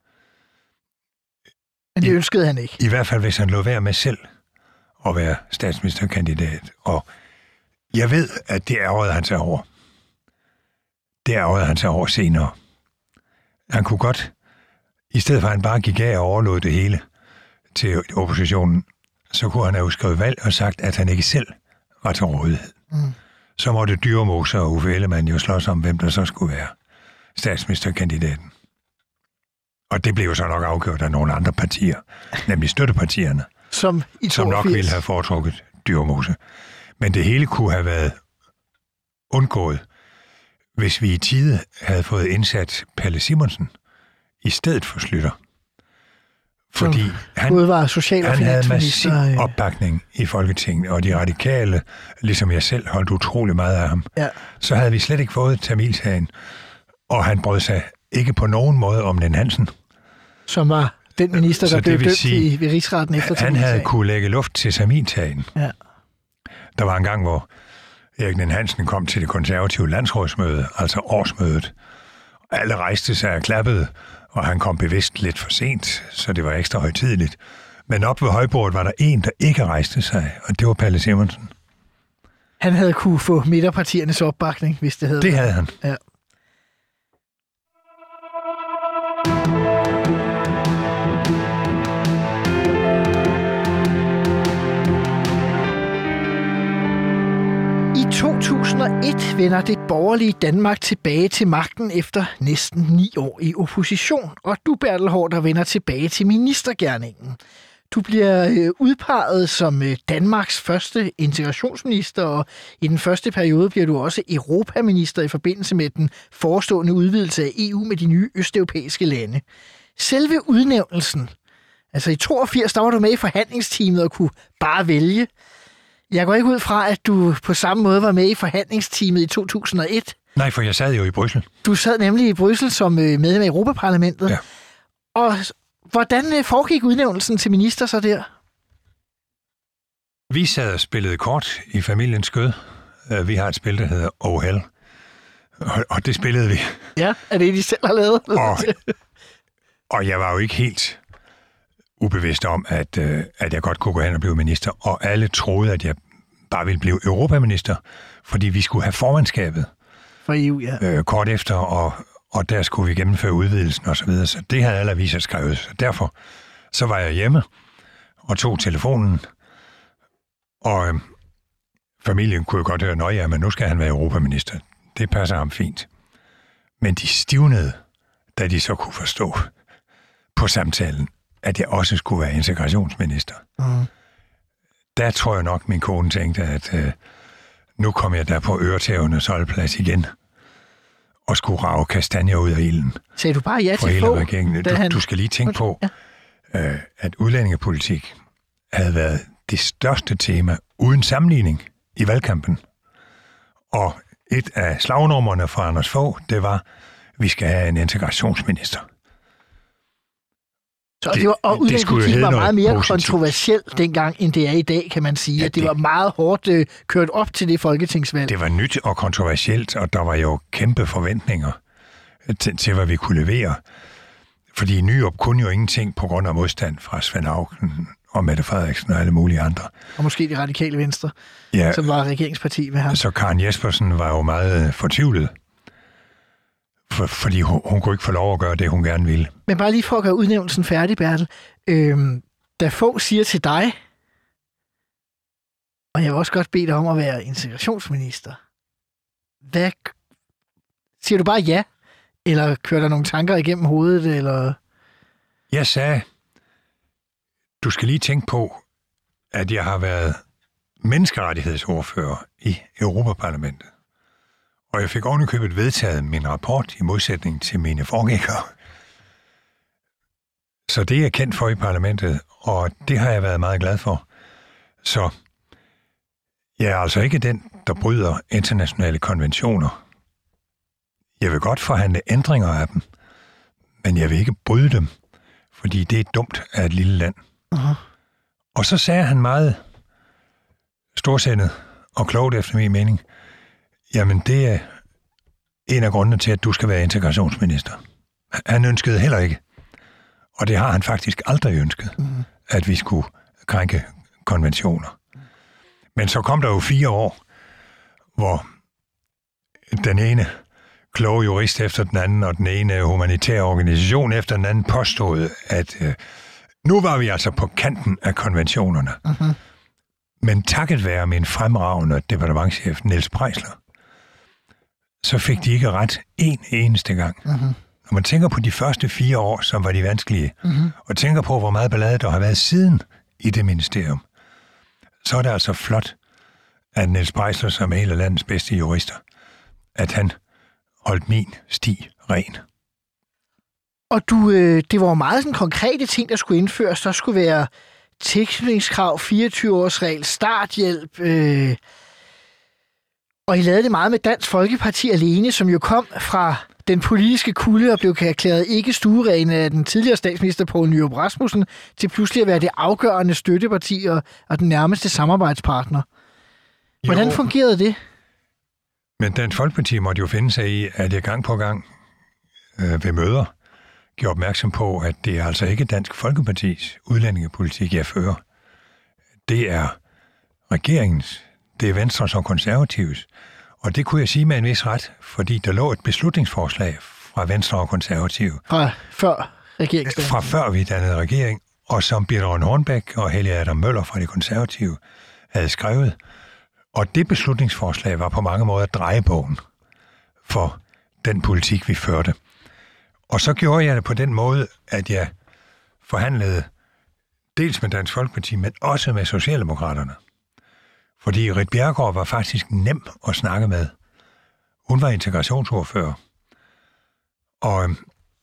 Men det ønskede han ikke. I hvert fald, hvis han lå være med selv at være statsministerkandidat. Og jeg ved, at det ærgerede han sig over. Det ærgerede han sig over senere. Han kunne godt, i stedet for at han bare gik af og overlod det hele til oppositionen, så kunne han have udskrevet valg og sagt, at han ikke selv var til rådighed. Mm. Så måtte Dyremose og Uffe Ellemann jo slås om, hvem der så skulle være statsministerkandidaten. Og det blev jo så nok afgjort af nogle andre partier, nemlig støttepartierne, som, i som nok ville have foretrukket Dyremose. Men det hele kunne have været undgået, hvis vi i tide havde fået indsat Palle Simonsen i stedet for Schlüter. Fordi han, var social- og han havde massiv opbakning i Folketinget, og de radikale, ligesom jeg selv, holdt utrolig meget af ham. Ja. Så havde vi slet ikke fået Tamilsagen, og han brød sig ikke på nogen måde om Nen Hansen. Som var den minister, der blev dømt sige, i, ved rigsretten efter Tamilsagen. Han havde kunne lægge luft til Tamilsagen. Ja. Der var en gang, hvor Erik Nen Hansen kom til det konservative landsrådsmøde, altså årsmødet. Alle rejste sig og klappede, og han kom bevidst lidt for sent, så det var ekstra højtideligt. Men op ved højbordet var der en, der ikke rejste sig, og det var Palle Simonsen. Han havde kunne få midterpartiernes opbakning, hvis det havde Det havde han. Ja. tusind og et vender det borgerlige Danmark tilbage til magten efter næsten ni år i opposition, og du, Bertel Haarder, vender tilbage til ministergerningen. Du bliver øh, udpeget som øh, Danmarks første integrationsminister, og i den første periode bliver du også europaminister i forbindelse med den forestående udvidelse af E U med de nye østeuropæiske lande. Selve udnævnelsen, altså i toogfirs, der var du med i forhandlingsteamet og kunne bare vælge. Jeg går ikke ud fra, at du på samme måde var med i forhandlingsteamet i to tusind og et. Nej, for jeg sad jo i Bryssel. Du sad nemlig i Bryssel som medlem af Europaparlamentet. Ja. Og hvordan foregik udnævnelsen til minister så der? Vi sad og spillede kort i familiens skød. Vi har et spil, der hedder Oh Hell. Og det spillede vi. Ja, er det, de selv har lavet? Og, og jeg var jo ikke helt ubevidst om, at, at jeg godt kunne gå hen og blive minister. Og alle troede, at jeg bare ville blive europaminister, fordi vi skulle have formandskabet for E U, ja. øh, kort efter, og, og der skulle vi gennemføre udvidelsen og så videre. Så det havde alle aviser skrevet. Så derfor så var jeg hjemme og tog telefonen, og øh, familien kunne jo godt høre, nøj, ja, men nu skal han være europaminister. Det passer ham fint. Men de stivnede, da de så kunne forstå på samtalen, at jeg også skulle være integrationsminister. Mm. Der tror jeg nok, min kone tænkte, at øh, nu kom jeg der på øretævernes holdplads igen og skulle rage kastanjer ud af ilden. Sagde du bare ja til få? Du, han... du skal lige tænke på, ja. øh, at udlændingepolitik havde været det største tema uden sammenligning i valgkampen. Og et af slagnummerne fra Anders Fogh, det var, vi skal have en integrationsminister. Så det, det var, og udlændingepolitik var meget mere kontroversielt dengang, end det er i dag, kan man sige. Ja, det, det var meget hårdt øh, kørt op til det folketingsvalg. Det var nyt og kontroversielt, og der var jo kæmpe forventninger til, til hvad vi kunne levere. Fordi Nyrup kunne jo ingenting på grund af modstand fra Svend Auken og Mette Frederiksen og alle mulige andre. Og måske det radikale Venstre, ja, som var regeringsparti med ham. Så Karen Jespersen var jo meget fortvivlet. For, fordi hun, hun kunne ikke få lov at gøre det, hun gerne ville. Men bare lige for at gøre udnævnelsen færdig, Bertel. Øhm, da Fogh siger til dig, og jeg vil også godt bede dig om at være integrationsminister, hvad, siger du bare ja? Eller kører der nogle tanker igennem hovedet? Eller? Jeg sagde, du skal lige tænke på, at jeg har været menneskerettighedsordfører i Europaparlamentet. Og jeg fik ovenikøbet vedtaget min rapport i modsætning til mine forgængere. Så det er jeg kendt for i parlamentet, og det har jeg været meget glad for. Så jeg er altså ikke den, der bryder internationale konventioner. Jeg vil godt forhandle ændringer af dem, men jeg vil ikke bryde dem, fordi det er dumt af et lille land. Uh-huh. Og så sagde han meget storsindet og klogt efter min mening, jamen, det er en af grundene til, at du skal være integrationsminister. Han ønskede heller ikke, og det har han faktisk aldrig ønsket, mm. at vi skulle krænke konventioner. Men så kom der jo fire år, hvor den ene kloge jurist efter den anden, og den ene humanitære organisation efter den anden påstod, at øh, nu var vi altså på kanten af konventionerne. Mm-hmm. Men takket være min fremragende departementschef Niels Preisler, så fik de ikke ret en eneste gang. Mm-hmm. Når man tænker på de første fire år, som var de vanskelige, mm-hmm. og tænker på, hvor meget ballade der har været siden i det ministerium, så er det altså flot, at Niels Preisler, som er en af landets bedste jurister, at han holdt min sti ren. Og du, øh, det var meget sådan konkrete ting, der skulle indføres. Der skulle være tilknytningskrav, fireogtyve-årsregel, starthjælp, øh, og I lavede det meget med Dansk Folkeparti alene, som jo kom fra den politiske kulde og blev erklæret ikke stuerene af den tidligere statsminister Poul Nyrup Rasmussen, til pludselig at være det afgørende støtteparti og, og den nærmeste samarbejdspartner. Hvordan jo, fungerede det? Men Dansk Folkeparti måtte jo finde sig i, at jeg gang på gang øh, ved møder gjorde opmærksom på, at det er altså ikke Dansk Folkepartis udlændingepolitik, jeg fører. Det er regeringens, det er Venstres og Konservatives. Og det kunne jeg sige med en vis ret, fordi der lå et beslutningsforslag fra Venstre og Konservative. Fra før regeringsdannelsen? Fra før vi dannede regering, og som Birthe Rønn Hornbech og Helge Adam Møller fra de Konservative havde skrevet. Og det beslutningsforslag var på mange måder drejebogen for den politik, vi førte. Og så gjorde jeg det på den måde, at jeg forhandlede dels med Dansk Folkeparti, men også med Socialdemokraterne. Fordi Ritt Bjerregaard var faktisk nem at snakke med. Hun var integrationsordfører. Og øhm,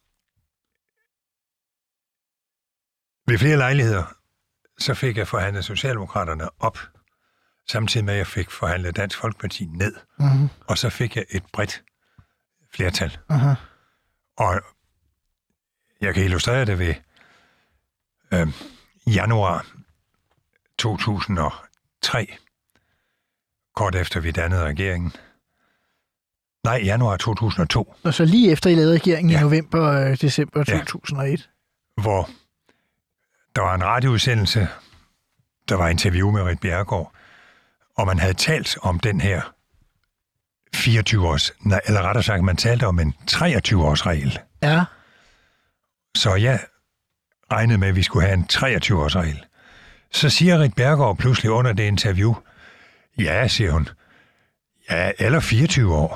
ved flere lejligheder, så fik jeg forhandlet Socialdemokraterne op, samtidig med, at jeg fik forhandlet Dansk Folkeparti ned. Mm-hmm. Og så fik jeg et bredt flertal. Uh-huh. Og jeg kan illustrere det ved øh, januar to tusind og tre, kort efter vi dannede regeringen. Nej, januar to tusind og to. Og så lige efter I lavede regeringen ja. i november og december to tusind og et. Ja. Hvor der var en radioudsendelse, der var interview med Ritt Bjerregaard, og man havde talt om den her fireogtyve års, nej, eller rettere sagt, man talte om en treogtyve års regel. Ja. Så jeg regnede med, at vi skulle have en treogtyve års regel. Så siger Ritt Bjerregaard pludselig under det interview, ja, siger hun, ja, eller fireogtyve år.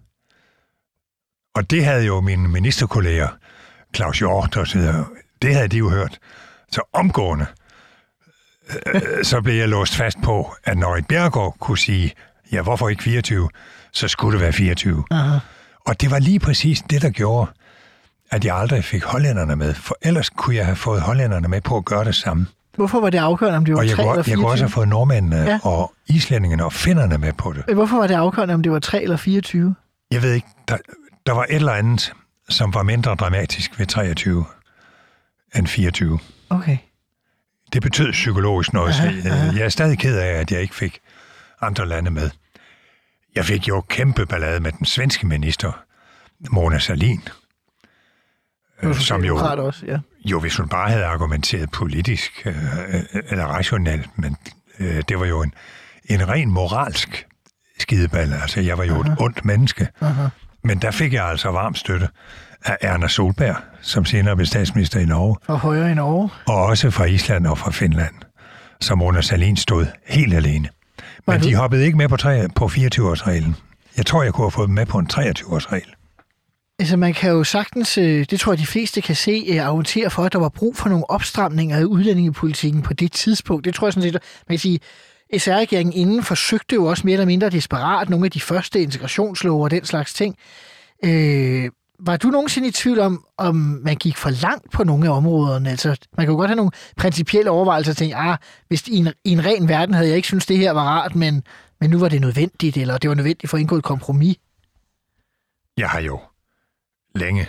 Og det havde jo mine ministerkolleger, Claus Hjort og så videre, det havde de jo hørt. Så omgående, øh, så blev jeg låst fast på, at når Ritt Bjerregaard kunne sige, ja, hvorfor ikke fireogtyve, så skulle det være fireogtyve. Aha. Og det var lige præcis det, der gjorde, at jeg aldrig fik hollænderne med, for ellers kunne jeg have fået hollænderne med på at gøre det samme. Hvorfor var det afgørende, om det var tre eller fireogtyve? Og jeg kunne også have fået nordmændene ja. og islændingene og finnerne med på det. Hvorfor var det afgørende, om det var tre eller fireogtyve? Jeg ved ikke. Der, der var et eller andet, som var mindre dramatisk ved treogtyve end fireogtyve. Okay. Det betød psykologisk noget. Aha, aha. Jeg er stadig ked af, at jeg ikke fik andre lande med. Jeg fik jo kæmpe ballade med den svenske minister, Mona Sahlin. Som jo, også, ja. jo, hvis hun bare havde argumenteret politisk øh, eller rationelt, men øh, det var jo en, en ren moralsk skideball. Altså, jeg var jo Aha. et ondt menneske. Aha. Men der fik jeg altså varm støtte af Erna Solberg, som senere blev statsminister i Norge. Og højre i Norge. Og også fra Island og fra Finland, som Mona Sahlin stod helt alene. Men de hoppede ikke med på, tre, på fireogtyve-årsreglen. Jeg tror, jeg kunne have fået dem med på en treogtyve-årsregel. Altså, man kan jo sagtens, det tror jeg, de fleste kan se, argumentere for, at der var brug for nogle opstramninger af udlændingepolitikken på det tidspunkt. Det tror jeg sådan set, man kan sige, S R-regeringen inden forsøgte jo også mere eller mindre desperat nogle af de første integrationslove og den slags ting. Øh, var du nogensinde i tvivl om, om man gik for langt på nogle af områderne? Altså, man kan jo godt have nogle principielle overvejelser og tænke, ah, hvis i en, i en ren verden havde jeg ikke syntes, det her var rart, men, men nu var det nødvendigt, eller det var nødvendigt for at indgå et kompromis. Jeg har jo længe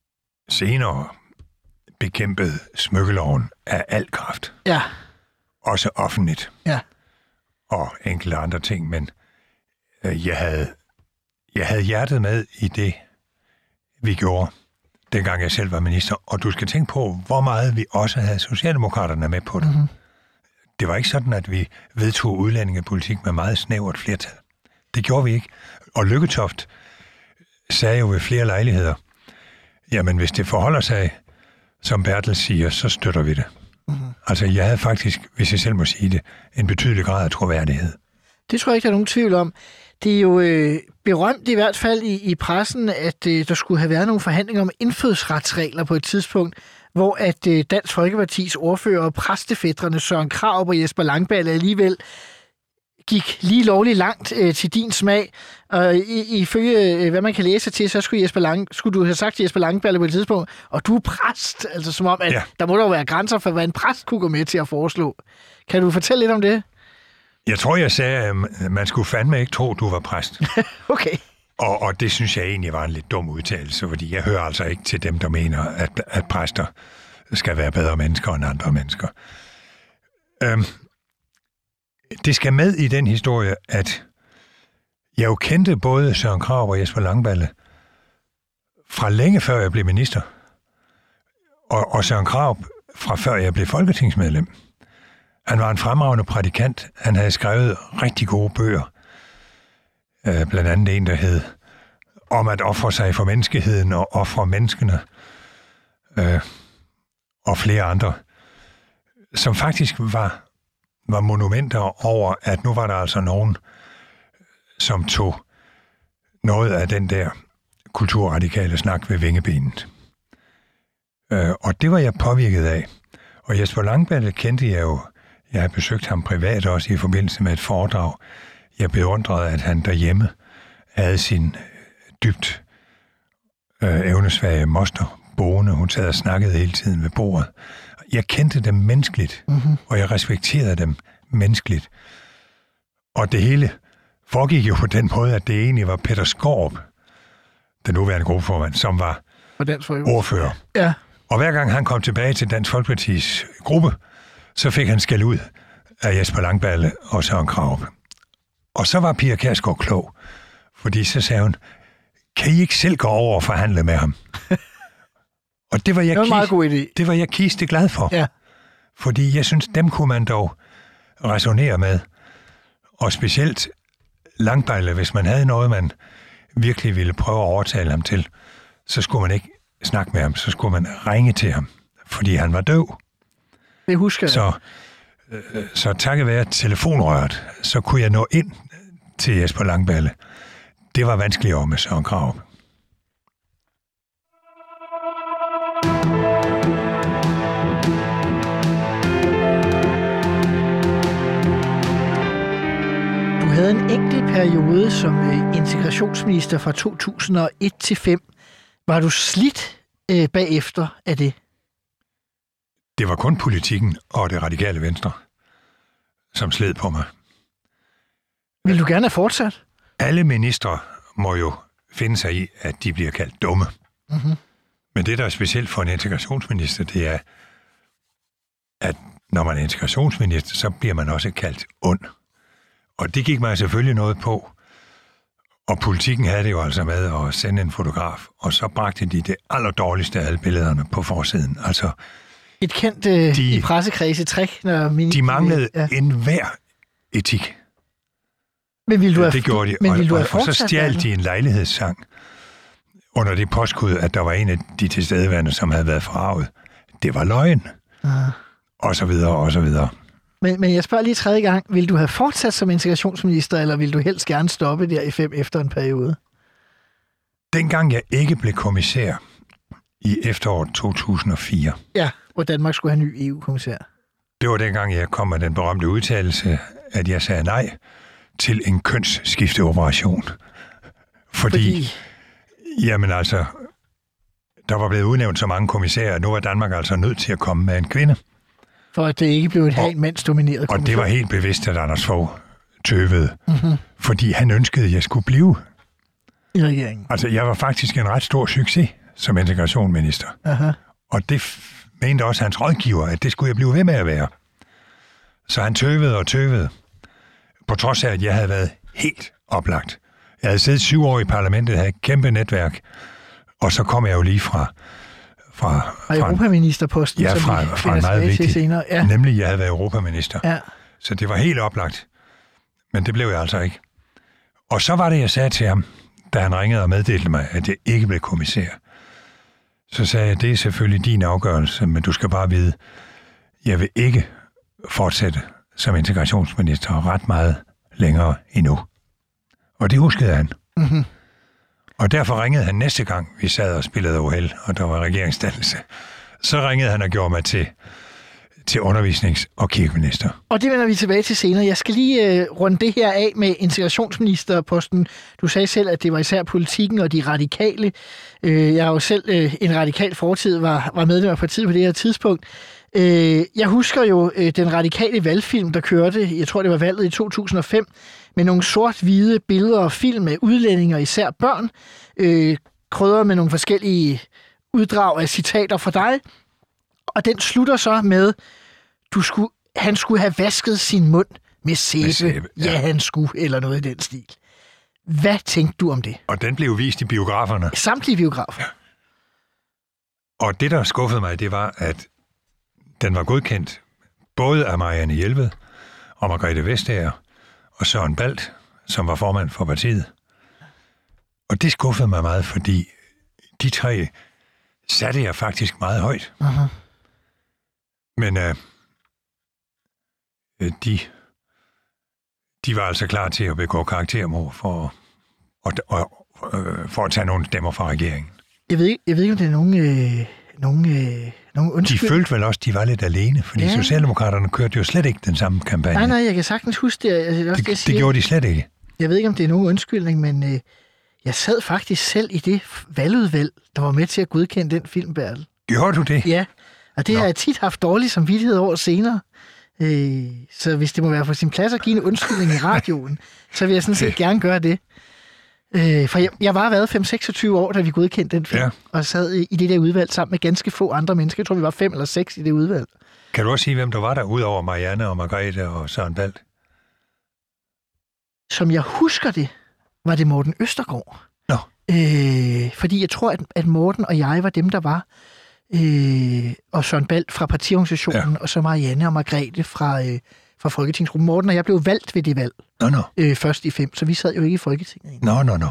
senere bekæmpet smykkeloven af al kraft. Ja. Også offentligt. Ja. Og enkelte andre ting, men øh, jeg havde jeg havde hjertet med i det, vi gjorde, dengang jeg selv var minister. Og du skal tænke på, hvor meget vi også havde Socialdemokraterne med på det. Mm-hmm. Det var ikke sådan, at vi vedtog udlændingepolitik med meget snævert flertal. Det gjorde vi ikke. Og Lykketoft sagde jo ved flere lejligheder, jamen hvis det forholder sig, som Bertel siger, så støtter vi det. Mm-hmm. Altså jeg havde faktisk, hvis jeg selv må sige det, en betydelig grad af troværdighed. Det tror jeg ikke, der er nogen tvivl om. Det er jo øh, berømt i hvert fald i, i pressen, at øh, der skulle have været nogle forhandlinger om indfødsretsregler på et tidspunkt, hvor at øh, Dansk Folkepartis ordfører og præstefætrene Søren Krarup og Jesper Langballe alligevel gik lige lovligt langt øh, til din smag. Og i, ifølge, øh, hvad man kan læse til, så skulle, Jesper Lang, skulle du have sagt til Jesper Langballe på et tidspunkt, og du er præst, altså som om, at ja. der må der jo være grænser for, hvad en præst kunne gå med til at foreslå. Kan du fortælle lidt om det? Jeg tror, jeg sagde, at man skulle fandme ikke tro, du var præst. Okay. Og, og det synes jeg egentlig var en lidt dum udtalelse, fordi jeg hører altså ikke til dem, der mener, at, at præster skal være bedre mennesker end andre mennesker. Øhm, det skal med i den historie, at jeg jo kendte både Søren Krarup og Jesper Langballe fra længe før jeg blev minister, og, og Søren Krarup fra før jeg blev folketingsmedlem. Han var en fremragende prædikant. Han havde skrevet rigtig gode bøger. Øh, blandt andet en, der hed Om at ofre sig for menneskeheden og ofre menneskene. Øh, og flere andre. Som faktisk var, var monumenter over, at nu var der altså nogen, som tog noget af den der kulturradikale snak ved vingebenet. Øh, og det var jeg påvirket af. Og Jesper Langballe kendte jeg jo. Jeg har besøgt ham privat også i forbindelse med et foredrag. Jeg beundrede, at han derhjemme havde sin dybt øh, evnesvage moster boende. Hun sad og snakkede hele tiden ved bordet. Jeg kendte dem menneskeligt, mm-hmm. og jeg respekterede dem menneskeligt. Og det hele foregik jo på den måde, at det egentlig var Peter Skaarup, den nuværende gruppeformand, som var ordfører. Ja. Og hver gang han kom tilbage til Dansk Folkepartis gruppe, så fik han skæld ud af Jesper Langballe og Søren Krarup. Og så var Pia Kjærsgaard klog, fordi så sagde hun, kan I ikke selv gå over og forhandle med ham? Og det var jeg, det var en meget god idé. Det var jeg kiste glad for. Ja. Fordi jeg synes, dem kunne man dog resonere med. Og specielt Langballe, hvis man havde noget, man virkelig ville prøve at overtale ham til, så skulle man ikke snakke med ham, så skulle man ringe til ham, fordi han var døv. Det husker jeg. Så, øh, så takket være telefonrøret, så kunne jeg nå ind til Jesper Langballe. Det var vanskeligere med Søren Krarup. Du havde en enkelt periode som integrationsminister fra to tusind og et til fem. Var du slidt øh, bagefter af det? Det var kun politikken og det radikale venstre, som sled på mig. Vil du gerne have fortsat? Alle ministre må jo finde sig i, at de bliver kaldt dumme. Mm-hmm. Men det, der er specielt for en integrationsminister, det er, at når man er integrationsminister, så bliver man også kaldt ond. Og det gik mig selvfølgelig noget på. Og politikken havde det jo altså med at sende en fotograf, og så bragte de det allerdårligste af alle billederne på forsiden. Altså, et kendt øh, de, i pressekredse trick, når min... De manglede ja. enhver etik. Men ville du have, det gjorde de, men og, ville du have og, og så stjal de en lejlighedssang under det påskud, at der var en af de tilstedeværende, som havde været forarvet. Det var løgn. Uh. Og så videre, og så videre. Men, men jeg spørger lige tredje gang, vil du have fortsat som integrationsminister, eller vil du helst gerne stoppe der i fem efter en periode? Dengang jeg ikke blev kommissær i efteråret to tusind og fire. Ja, hvor Danmark skulle have en ny E U-kommissær. Det var dengang, jeg kom med den berømte udtalelse, at jeg sagde nej til en kønsskifteoperation. Fordi, Fordi, jamen altså, der var blevet udnævnt så mange kommissærer, og nu var Danmark altså nødt til at komme med en kvinde. For at det ikke blev et helt mandsdomineret kommission. Og det var helt bevidst, at Anders Fogh tøvede, mm-hmm. fordi han ønskede, at jeg skulle blive i regeringen. Altså, jeg var faktisk en ret stor succes som integrationsminister. Aha. Og det f- mente også hans rådgiver, at det skulle jeg blive ved med at være. Så han tøvede og tøvede, på trods af, at jeg havde været helt oplagt. Jeg havde siddet syv år i parlamentet, havde et kæmpe netværk, og så kom jeg jo lige fra... Fra, fra europaministerposten, ja, fra, som vi fra en meget vigtig, senere. Ja. Nemlig, jeg havde været europaminister. Ja. Så det var helt oplagt. Men det blev jeg altså ikke. Og så var det, jeg sagde til ham, da han ringede og meddelte mig, at jeg ikke blev kommissær. Så sagde jeg, det er selvfølgelig din afgørelse, men du skal bare vide, jeg vil ikke fortsætte som integrationsminister ret meget længere endnu. Og det huskede han. Mm-hmm. Og derfor ringede han næste gang, vi sad og spillede O L, og der var regeringsdannelse. Så ringede han og gjorde mig til, til undervisnings- og kirkeminister. Og det vender vi tilbage til senere. Jeg skal lige øh, runde det her af med integrationsministerposten. Du sagde selv, at det var især politikken og de radikale. Øh, jeg har jo selv øh, en radikal fortid, var, var medlem af partiet på det her tidspunkt. Øh, jeg husker jo øh, den radikale valgfilm, der kørte, jeg tror det var valget i to tusind og fem, med nogle sort-hvide billeder og film med udlændinge, især børn, øh, krydret med nogle forskellige uddrag af citater fra dig. Og den slutter så med, du skulle, han skulle have vasket sin mund med sæbe. Med sæbe ja. ja, han skulle, eller noget i den stil. Hvad tænkte du om det? Og den blev vist i biograferne. Samtlige biografer. Ja. Og det, der skuffede mig, det var, at den var godkendt både af Marianne Jelved og Margrethe Vestager og Søren Balt, som var formand for partiet. Og det skuffede mig meget, fordi de tre satte jeg faktisk meget højt. Uh-huh. Men øh, de, de var altså klar til at begå karaktermord for, og, og, øh, for at tage nogle stemmer fra regeringen. Jeg ved ikke, jeg ved ikke om det er nogen, øh, nogen, øh, nogen undskyld. De følte vel også, at de var lidt alene, fordi ja. Socialdemokraterne kørte jo slet ikke den samme kampagne. Nej, nej, jeg kan sagtens huske det. Jeg, også, det, jeg siger, det gjorde de slet ikke. Jeg ved ikke, om det er nogen undskyldning, men øh, jeg sad faktisk selv i det valgudvalg, der var med til at godkende den film, Bertel. Gjorde du det? Ja, og det Nå. har jeg tit haft dårlig samvittighed over senere. Øh, så hvis det må være på sin plads at give en undskyldning i radioen, så vil jeg sådan set gerne gøre det. Øh, for jeg, jeg var været fem seksogtyve år, da vi godkendte den film, ja. Og sad i, i det der udvalg sammen med ganske få andre mennesker. Jeg tror, vi var fem eller seks i det udvalg. Kan du også sige, hvem der var der, udover Marianne og Margrethe og Søren Balt? Som jeg husker det, var det Morten Østergaard. Nå. Øh, fordi jeg tror, at, at Morten og jeg var dem, der var. Øh, og Søren Balt fra partiorganisationen, ja. Og så Marianne og Margrethe fra, øh, fra Folketingsgruppen. Morten og jeg blev valgt ved det valg. Nå, nå. Øh, først i fem, så vi sad jo ikke i Folketinget endnu. Nå, nå, nå.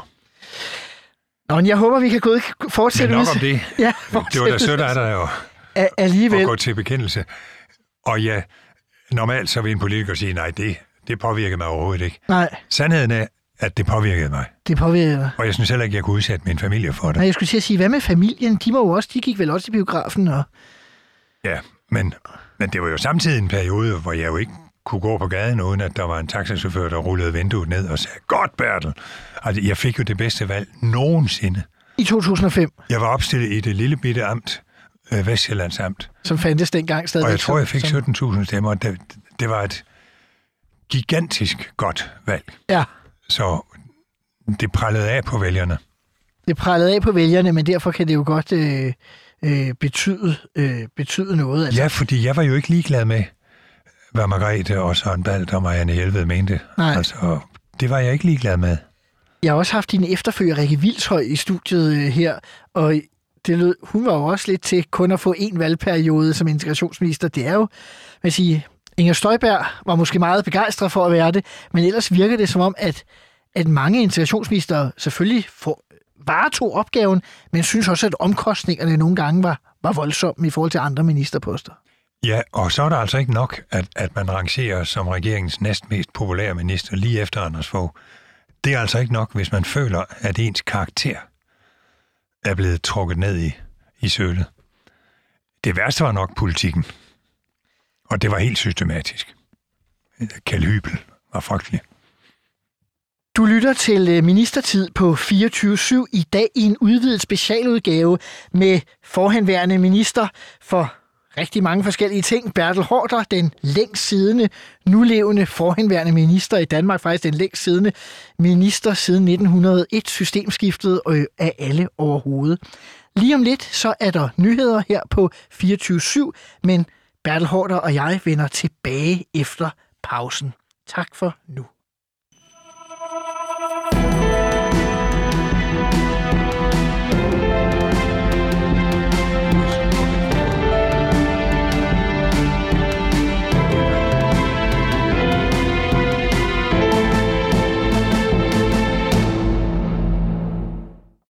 Nå, men jeg håber, vi kan gå fortsætte. Men nok om det. Ja, det var da sødt af dig at, alligevel. at gå til bekendelse. Og ja, normalt så vil en politiker sige, nej, det, det påvirker mig overhovedet ikke. Nej. Sandheden er, at det påvirkede mig. Det påvirkede dig. Og jeg synes heller ikke, jeg kunne udsætte min familie for det. Nej, jeg skulle til at sige, hvad med familien? De var jo også, de gik vel også i biografen. Og... Ja, men, men det var jo samtidig en periode, hvor jeg jo ikke kunne gå på gaden, uden at der var en taxachauffør, der rullede vinduet ned og sagde, godt, Bertel! Altså, jeg fik jo det bedste valg nogensinde. I to tusind og fem? Jeg var opstillet i det lille bitte amt, øh, Vestjyllands Amt. Som fandtes dengang stadig. Og jeg tror, jeg fik sytten tusind stemmer. Det, det var et gigantisk godt valg. Ja. Så det prallede af på vælgerne. Det prallede af på vælgerne, men derfor kan det jo godt øh, øh, betyde, øh, betyde noget. Altså. Ja, fordi jeg var jo ikke ligeglad med, hvad Margrethe og Søren Balt og Marianne Jelved mente. Nej. Altså, det var jeg ikke ligeglad med. Jeg har også haft din efterfølger, Rikke Vilshøj, i studiet øh, her, og det lød, hun var jo også lidt til kun at få en valgperiode som integrationsminister. Det er jo, man siger, Inger Støjberg var måske meget begejstret for at være det, men ellers virker det som om, at, at mange integrationsminister selvfølgelig får, varetog opgaven, men synes også, at omkostningerne nogle gange var, var voldsomme i forhold til andre ministerposter. Ja, og så er der altså ikke nok, at, at man rangerer som regeringens næstmest populære minister lige efter Anders Fogh. Det er altså ikke nok, hvis man føler, at ens karakter er blevet trukket ned i, i sølet. Det værste var nok politikken. Og det var helt systematisk. Kjeld Hybel var frygtelig. Du lytter til Ministertid på fireogtyve syv i dag i en udvidet specialudgave med forhenværende minister for rigtig mange forskellige ting. Bertel Haarder, den længst siddende, nulevende forhenværende minister i Danmark, faktisk den længst siddende minister siden nitten hundrede og et, systemskiftet af alle overhovedet. Lige om lidt, så er der nyheder her på fireogtyve syv, men Bertel Haarder og jeg vender tilbage efter pausen. Tak for nu.